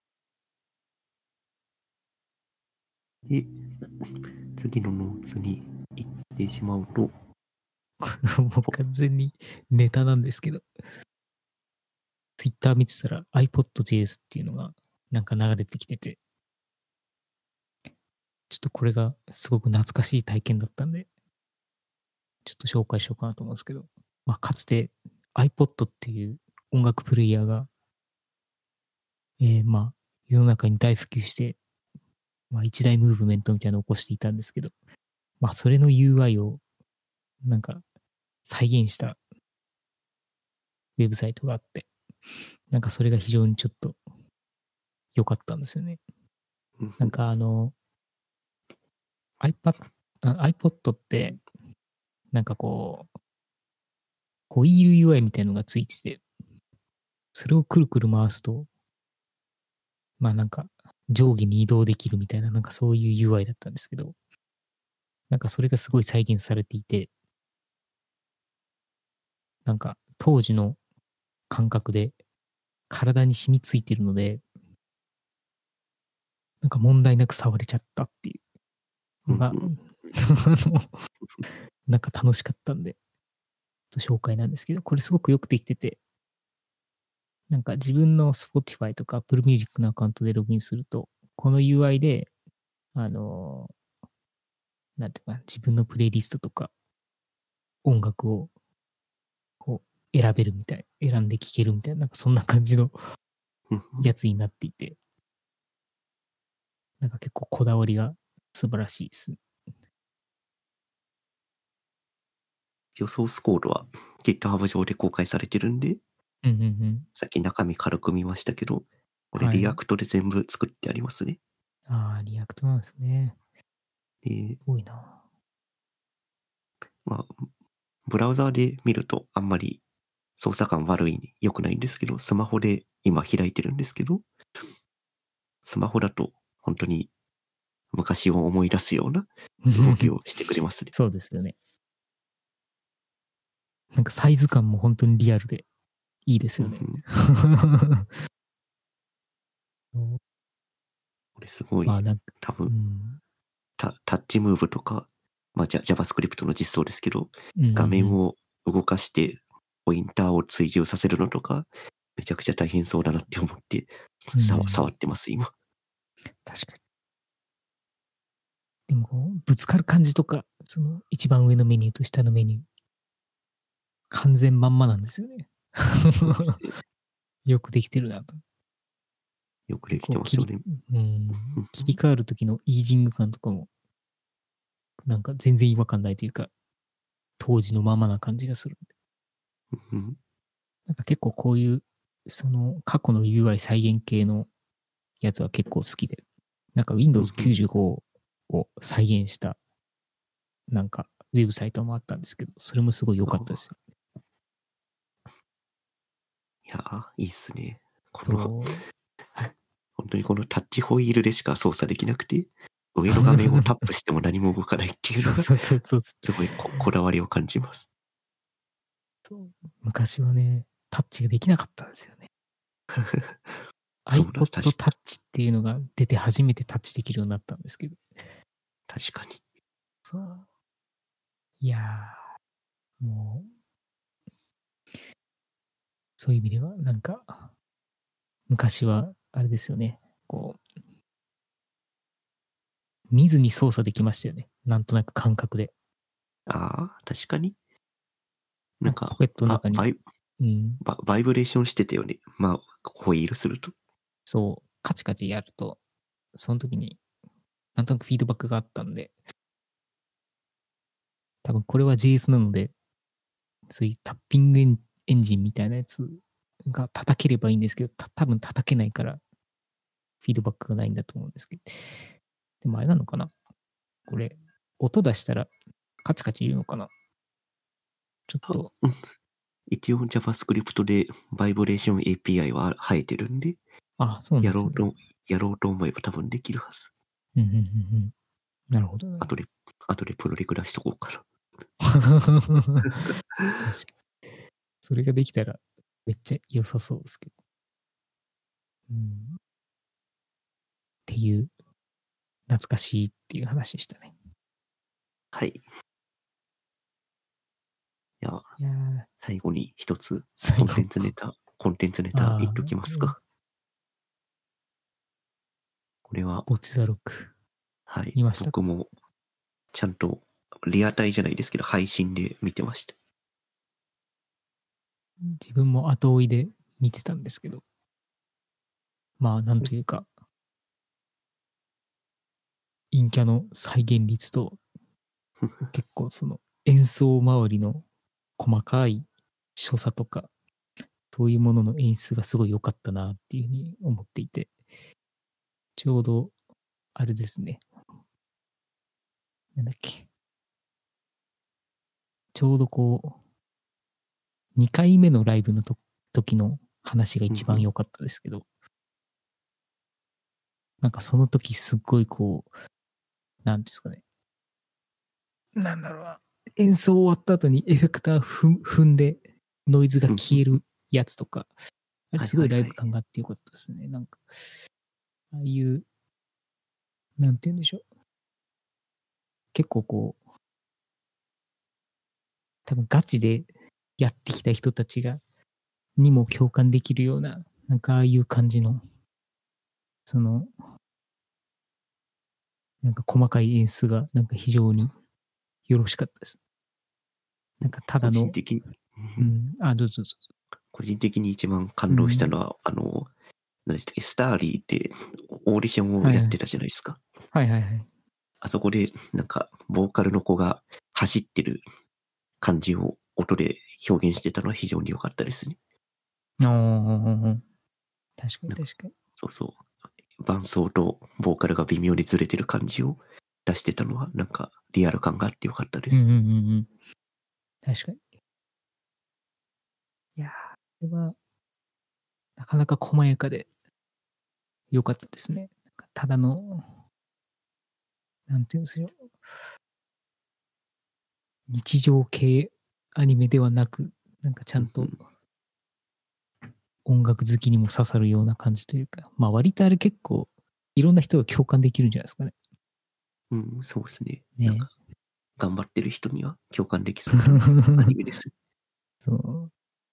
で、次のノーツに行ってしまうと、 これもう完全にネタなんですけど、ツイッター見てたら iPod.js っていうのがなんか流れてきてて、ちょっとこれがすごく懐かしい体験だったんで、ちょっと紹介しようかなと思うんですけど、まあ、かつて iPod っていう音楽プレイヤーが、えー、まあ、世の中に大普及して、まあ、一大ムーブメントみたいなのを起こしていたんですけど、まあ、それの ユーアイ をなんか再現したウェブサイトがあって、なんかそれが非常にちょっと良かったんですよね。 うんなんかあの、iPad、あ iPod って、なんかこう、ホイール ユーアイ みたいなのがついてて、それをくるくる回すと、まあなんか上下に移動できるみたいな、なんかそういう ユーアイ だったんですけど、なんかそれがすごい再現されていて、なんか当時の感覚で体に染みついてるので、なんか問題なく触れちゃったっていうのが、 うんうんあのなんか楽しかったんで、ちょっと紹介なんですけど、これすごくよくできてて、なんか自分の Spotify とか Apple Music のアカウントでログインすると、この ユーアイ で、あのーなんていうかな、自分のプレイリストとか音楽をこう選べるみたい、選んで聴けるみたいな、なんかそんな感じのうんうんやつになっていて、なんか結構こだわりが素晴らしいですね。 一応ソースコードは GitHub 上で公開されてるんで、 うんうんうん。 さっき中身軽く見ましたけど、これはいリアクトで全部作ってありますね。 ああ、リアクトなんですね。 で、 すごいな。 まあ、ブラウザーで見るとあんまり操作感悪い、良くないんですけど、スマホで今開いてるんですけど、スマホだと本当に昔を思い出すような動きをしてくれますね。 そうですよね。なんかサイズ感も本当にリアルでいいですよね。 うんうん、 そうこれすごい、 まあなんか、 多分うん。 タ、タッチムーブとか、まあ、じゃ JavaScript の実装ですけど、 うんうんうん画面を動かしてポインターを追従させるのとか、めちゃくちゃ大変そうだなって思って、さうん触ってます、今。 確かに。でもこう、ぶつかる感じとか、その一番上のメニューと下のメニュー、完全まんまなんですよね。 そうですね。 よくできてるなと。 よくでで、こう切り、 きてますよね。 うん、切り替わる時のイージング感とかも、なんか全然違和感ないというか、当時のままな感じがする。 うんなんか結構こういう、その過去の ユーアイ 再現系のやつは結構好きで、なんかうんうん Windows きゅうじゅうごを再現したなんかウェブサイトもあったんですけど、それもすごい良かったですよ。 いやー、いいっすね。この、 そう。 本当にこのタッチホイールでしか操作できなくて、上の画面をタップしても何も動かないっていうのが、 そうそうそうそう。 すごいここだわりを感じます。 そう昔はね、タッチができなかったんですよね。 そうだ、確 iPod タッチっていうのが出て初めてタッチできるようになったんですけど。 確かに。 そう。いやー、もう、そういう意味では、なんか、昔は、あれですよね。こう、見ずに操作できましたよね。なんとなく感覚で。 ああ、確かに。なんか、 なんかポケットの中に、 ババイうん、 ババイブレーションしてたよね。まあ、ホイールすると。 そう、カチカチやると、その時に、なんとなくフィードバックがあったんで、多分これは ジェイエス なので、そういうタッピングエンエンジンみたいなやつが叩ければいいんですけど、た多分叩けないから、フィードバックがないんだと思うんですけど。でもあれなのかなこれ、音出したらカチカチ言うのかなちょっあと、 うん一応 JavaScript でバイブレーション エーピーアイ は生えてるんで、 あ、そうなんですね。 やろうと、やろうと思えば多分できるはず。 うんうんうんうん。なるほどな。 後で、後でプロレク出しとこうかな。 確かに。それができたらめっちゃ良さそうですけど。うん、っていう、懐かしいっていう話でしたね。 はい。いや、 いやー、 最後に一つ、 最後。 コンテンツネタ、コンテンツネタ言っときますあーか。これは、 ボッチザロック。 はい見ましたか僕も、ちゃんと、リアタイじゃないですけど、配信で見てました。 自分も後追いで見てたんですけど、まあ、なんというか、陰キャの再現率と、結構その演奏周りの細かい所作とか、そういうものの演出がすごい良かったなっていうふうに思っていて、ちょうど、あれですね。なんだっけ。ちょうどこう、にかいめのライブのと時の話が一番良かったですけど、なんかその時すっごいこう、なんですかね。なんだろうな。演奏終わった後にエフェクター踏踏んでノイズが消えるやつとか、あれすごいライブ感があってよかったですね。なんか、ああいう、なんて言うんでしょう。結構こう、多分ガチでやってきた人たちが、にも共感できるような、なんかああいう感じの、その、なんか細かい演出が、なんか非常によろしかったです。なんかただ個人の、 的に、 うん、あ、どうぞどうぞ。 個人的に一番感動したのは、あの、 何でしたっけ、スターリーってオーディションをやってたじゃないですか。 はいはいはい。 あそこで、なんか、ボーカルの子が走ってる感じを音で表現してたのは非常に良かったですね。 ああ、確かになんか確かに。 そうそう。伴奏とボーカルが微妙にずれてる感じを出してたのは、なんかリアル感があって良かったです。 うんうんうんうん。確かに。いやー、これは、なかなか細やかで良かったですね。なんかただの、なんていうんですよ。日常系アニメではなく、なんかちゃんと音楽好きにも刺さるような感じというか、まあ割とあれ結構、いろんな人が共感できるんじゃないですかね。 うん、うん、そうですね。なんねか、頑張ってる人には共感できそうなアニメです。 そう。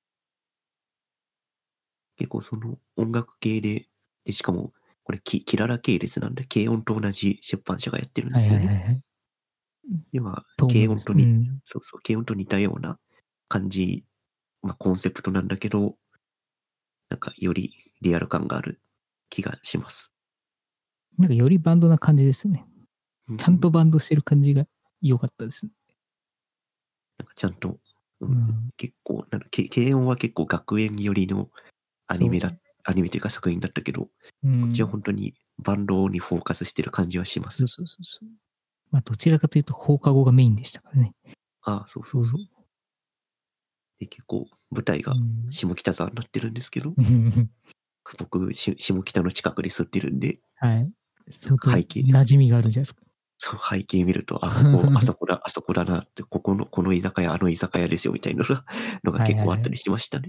結構その音楽系で、で、しかも、これキ、キララ系列なんで、軽音と同じ出版社がやってるんではいすよね。 はいはいはい。 では、 と思います。 軽音とに、 うん。 そうそう、軽音と似たような感じ、まあコンセプトなんだけど、なんかよりリアル感がある気がします。 なんかよりバンドな感じですね。 うんうん、 ちゃんとバンドしてる感じが良かったですね。 なんかちゃんと、うん、 うん。 結構、なんかけ軽音は結構学園寄りのアニメだ、 そう。 アニメというか作品だったけど、 うこっちはん。 本当にバンドにフォーカスしてる感じはします。 そうそうそうそう。まあどちらかというと放課後がメインでしたからね。 ああ、そうそうん。 うそう。で、結構舞台がうん。 下北沢になってるんですけど、僕、し下北の近くに住んでるんで、 はい。 なん相当か背景、 馴染みがあるんじゃないですか。 そう背景見ると、あ、ここ、あそこだ、あそこだなって、ここの、この居酒屋、あの居酒屋ですよ、みたいなのがのがはい結構あったりはいはい。 しましたね。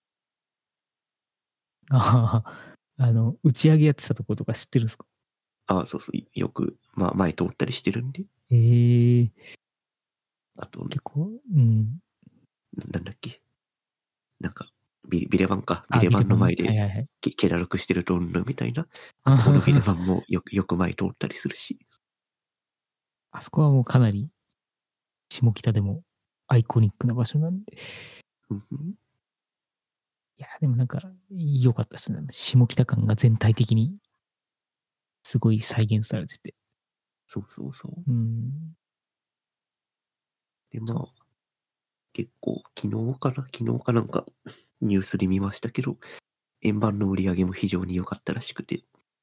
ああ、あの、打ち上げやってたとことか知ってるんですか？ ああ、そうそう、よく、まあ、前通ったりしてるんで、 ええ、 あと、 結構、うん。 なんだっけ、なんか、ビビレバンか、ビあ、 レバンビレバン、 の前で、 はいはいはい。 け気だるくしてるとんぬみたいな、あそこのビレバンもよく、よく前通ったりするし、 あそこはもうかなり下北でもアイコニックな場所なんで。 うんうん、 いや、でもなんか良かったですね。下北感が全体的にすごい再現されてて。 そうそうそう。 うん。 で、まそう。 あ、結構、昨日かな昨日かなんか、ニュースで見ましたけど、円盤の売り上げも非常に良かったらしくて、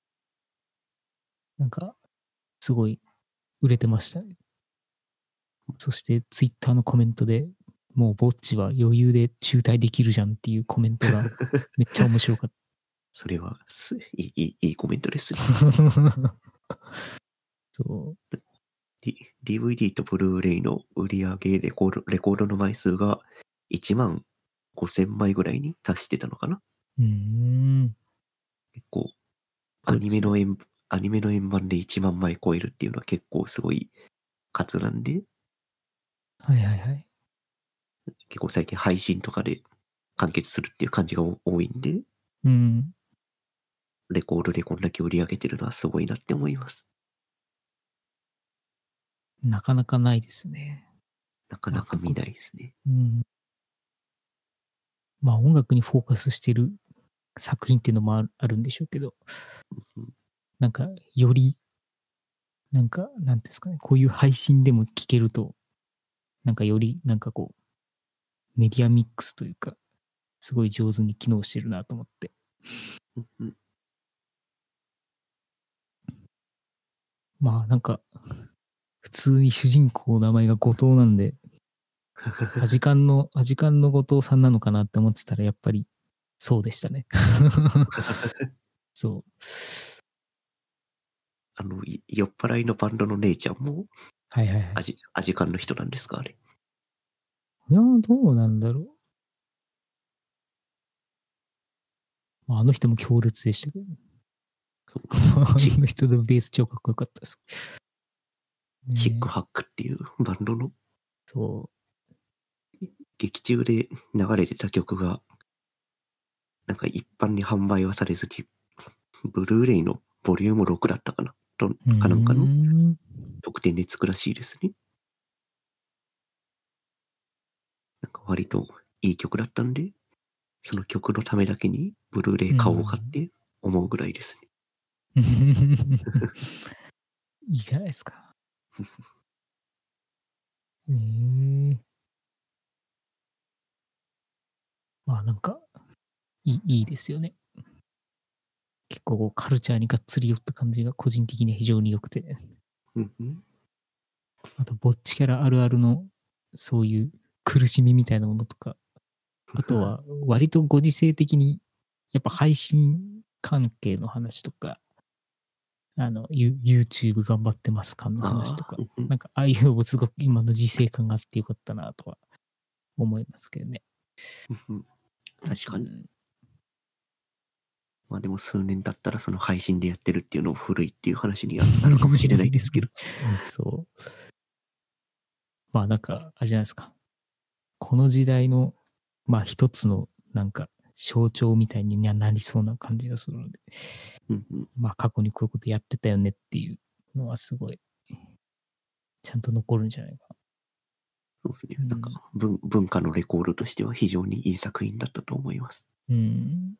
なんか、すごい売れてましたね。そしてツイッターのコメントで、もうぼっちは余裕で中退できるじゃんっていうコメントがめっちゃ面白かっそれはすいい、いい、いいコメントですね。 た。そう。 D- ディーブイディー とブルーレイの売り上げレコード、レコードの枚数がいちまんごせんまいぐらいに達してたのかな。 うーん。 結構、アそうですね。 ニメの円、アニメの円盤でいちまんまい超えるっていうのは結構すごい数なんで、 はいはいはい。 結構最近配信とかで完結するっていう感じが多いんで、 うん。 レコードでこんだけ売り上げてるのはすごいなって思います。 なかなかないですね。 なかまあ、 なか見特ないですね。 うん。まあ音楽にフォーカスしてる作品っていうのもあるあるんでしょうけど、 うん、 なんかより、なんか、なんていうんですかね、こういう配信でも聞けると、なんかより、なんかこう、メディアミックスというか、すごい上手に機能してるなと思って。 うんうん、 まあなんか、普通に主人公の名前が後藤なんで、アジカンの、アジカンの後藤さんなのかなって思ってたら、やっぱり、そうでしたね。そう。 あの、い酔っ払いのバンドの姉ちゃんもはいはいはい。 アジ、アジカンの人なんですか、あれ。 いやー、どうなんだろう。まあ、あの人も強烈でしたけど、 そうあチ、 の人のベース超かっこよかったです。 チックねえ、 ハックっていうバンドのそ劇中で流れてた曲が、なんか一般に販売はされずに、ブルーレイのボリュームろくだったかなと、 う。うーかなんかのん。 特典でつくらしいですね。なんか割といい曲だったんで、その曲のためだけにブルーレイう買おうかっん。 て思うぐらいですね。 いいじゃないですか。えー、まあなんかいい、いいですよね。結構こうカルチャーにがっつり寄った感じが個人的には非常に良くて。 うんうん。 あと、ぼっちキャラあるあるのそういう苦しみみたいなものとか、あとは割とご時世的にやっぱ配信関係の話とか、あの、ユ YouTube 頑張ってます感の話とか、 ああ、うんうんなんかああいうのもすごく今の時世感があってよかったなとは思いますけどね。 うんうん。確かに。 うんまあでも数年経ったらその配信でやってるっていうのを古いっていう話にはなるかもしれないですけど。 そう。まあなんか、あれじゃないですか。この時代の、まあ一つのなんか象徴みたいになりそうな感じがするので、 うんうん。 まあ過去にこういうことやってたよねっていうのはすごい、ちゃんと残るんじゃないかそうですね。 な。 なんか文文化のレコードとしては非常にいい作品だったと思います。 うん。うん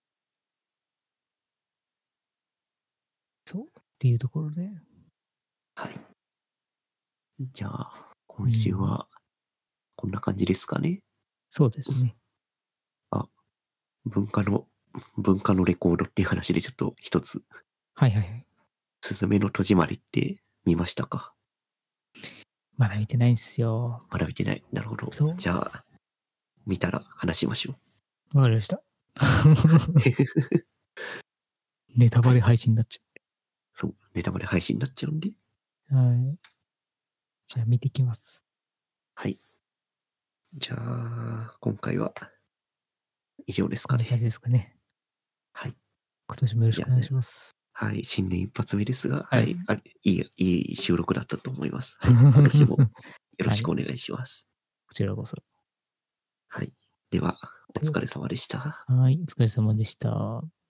そう。っていうところで、 はい。じゃあ、今週はこんな感じですかね。 そうですね。 あ、文化の、文化のレコードっていう話でちょっと一つ、 はいはいはい。 すずめの戸締まりって見ましたか？ まだ見てないんすよ。 まだ見てない。なるほど。 そう。 じゃあ、見たら話しましょわかりました。 う。 ネタバレ配信になっちそう、ネタバレ配信になっちゃうんで。 ゃう。はい。じゃあ見てきます。 はい。じゃあ、今回は以上ですかね。 こんな感じですかね。 はい。 今年もよろしくお願いします。 はい。新年一発目ですが、 ははいい。あいい、いい収録だったと思います。はい。今年もよろしくお願いします。 こちらこそ。 はい。では、お疲れ様でした。 はい。お疲れ様でした。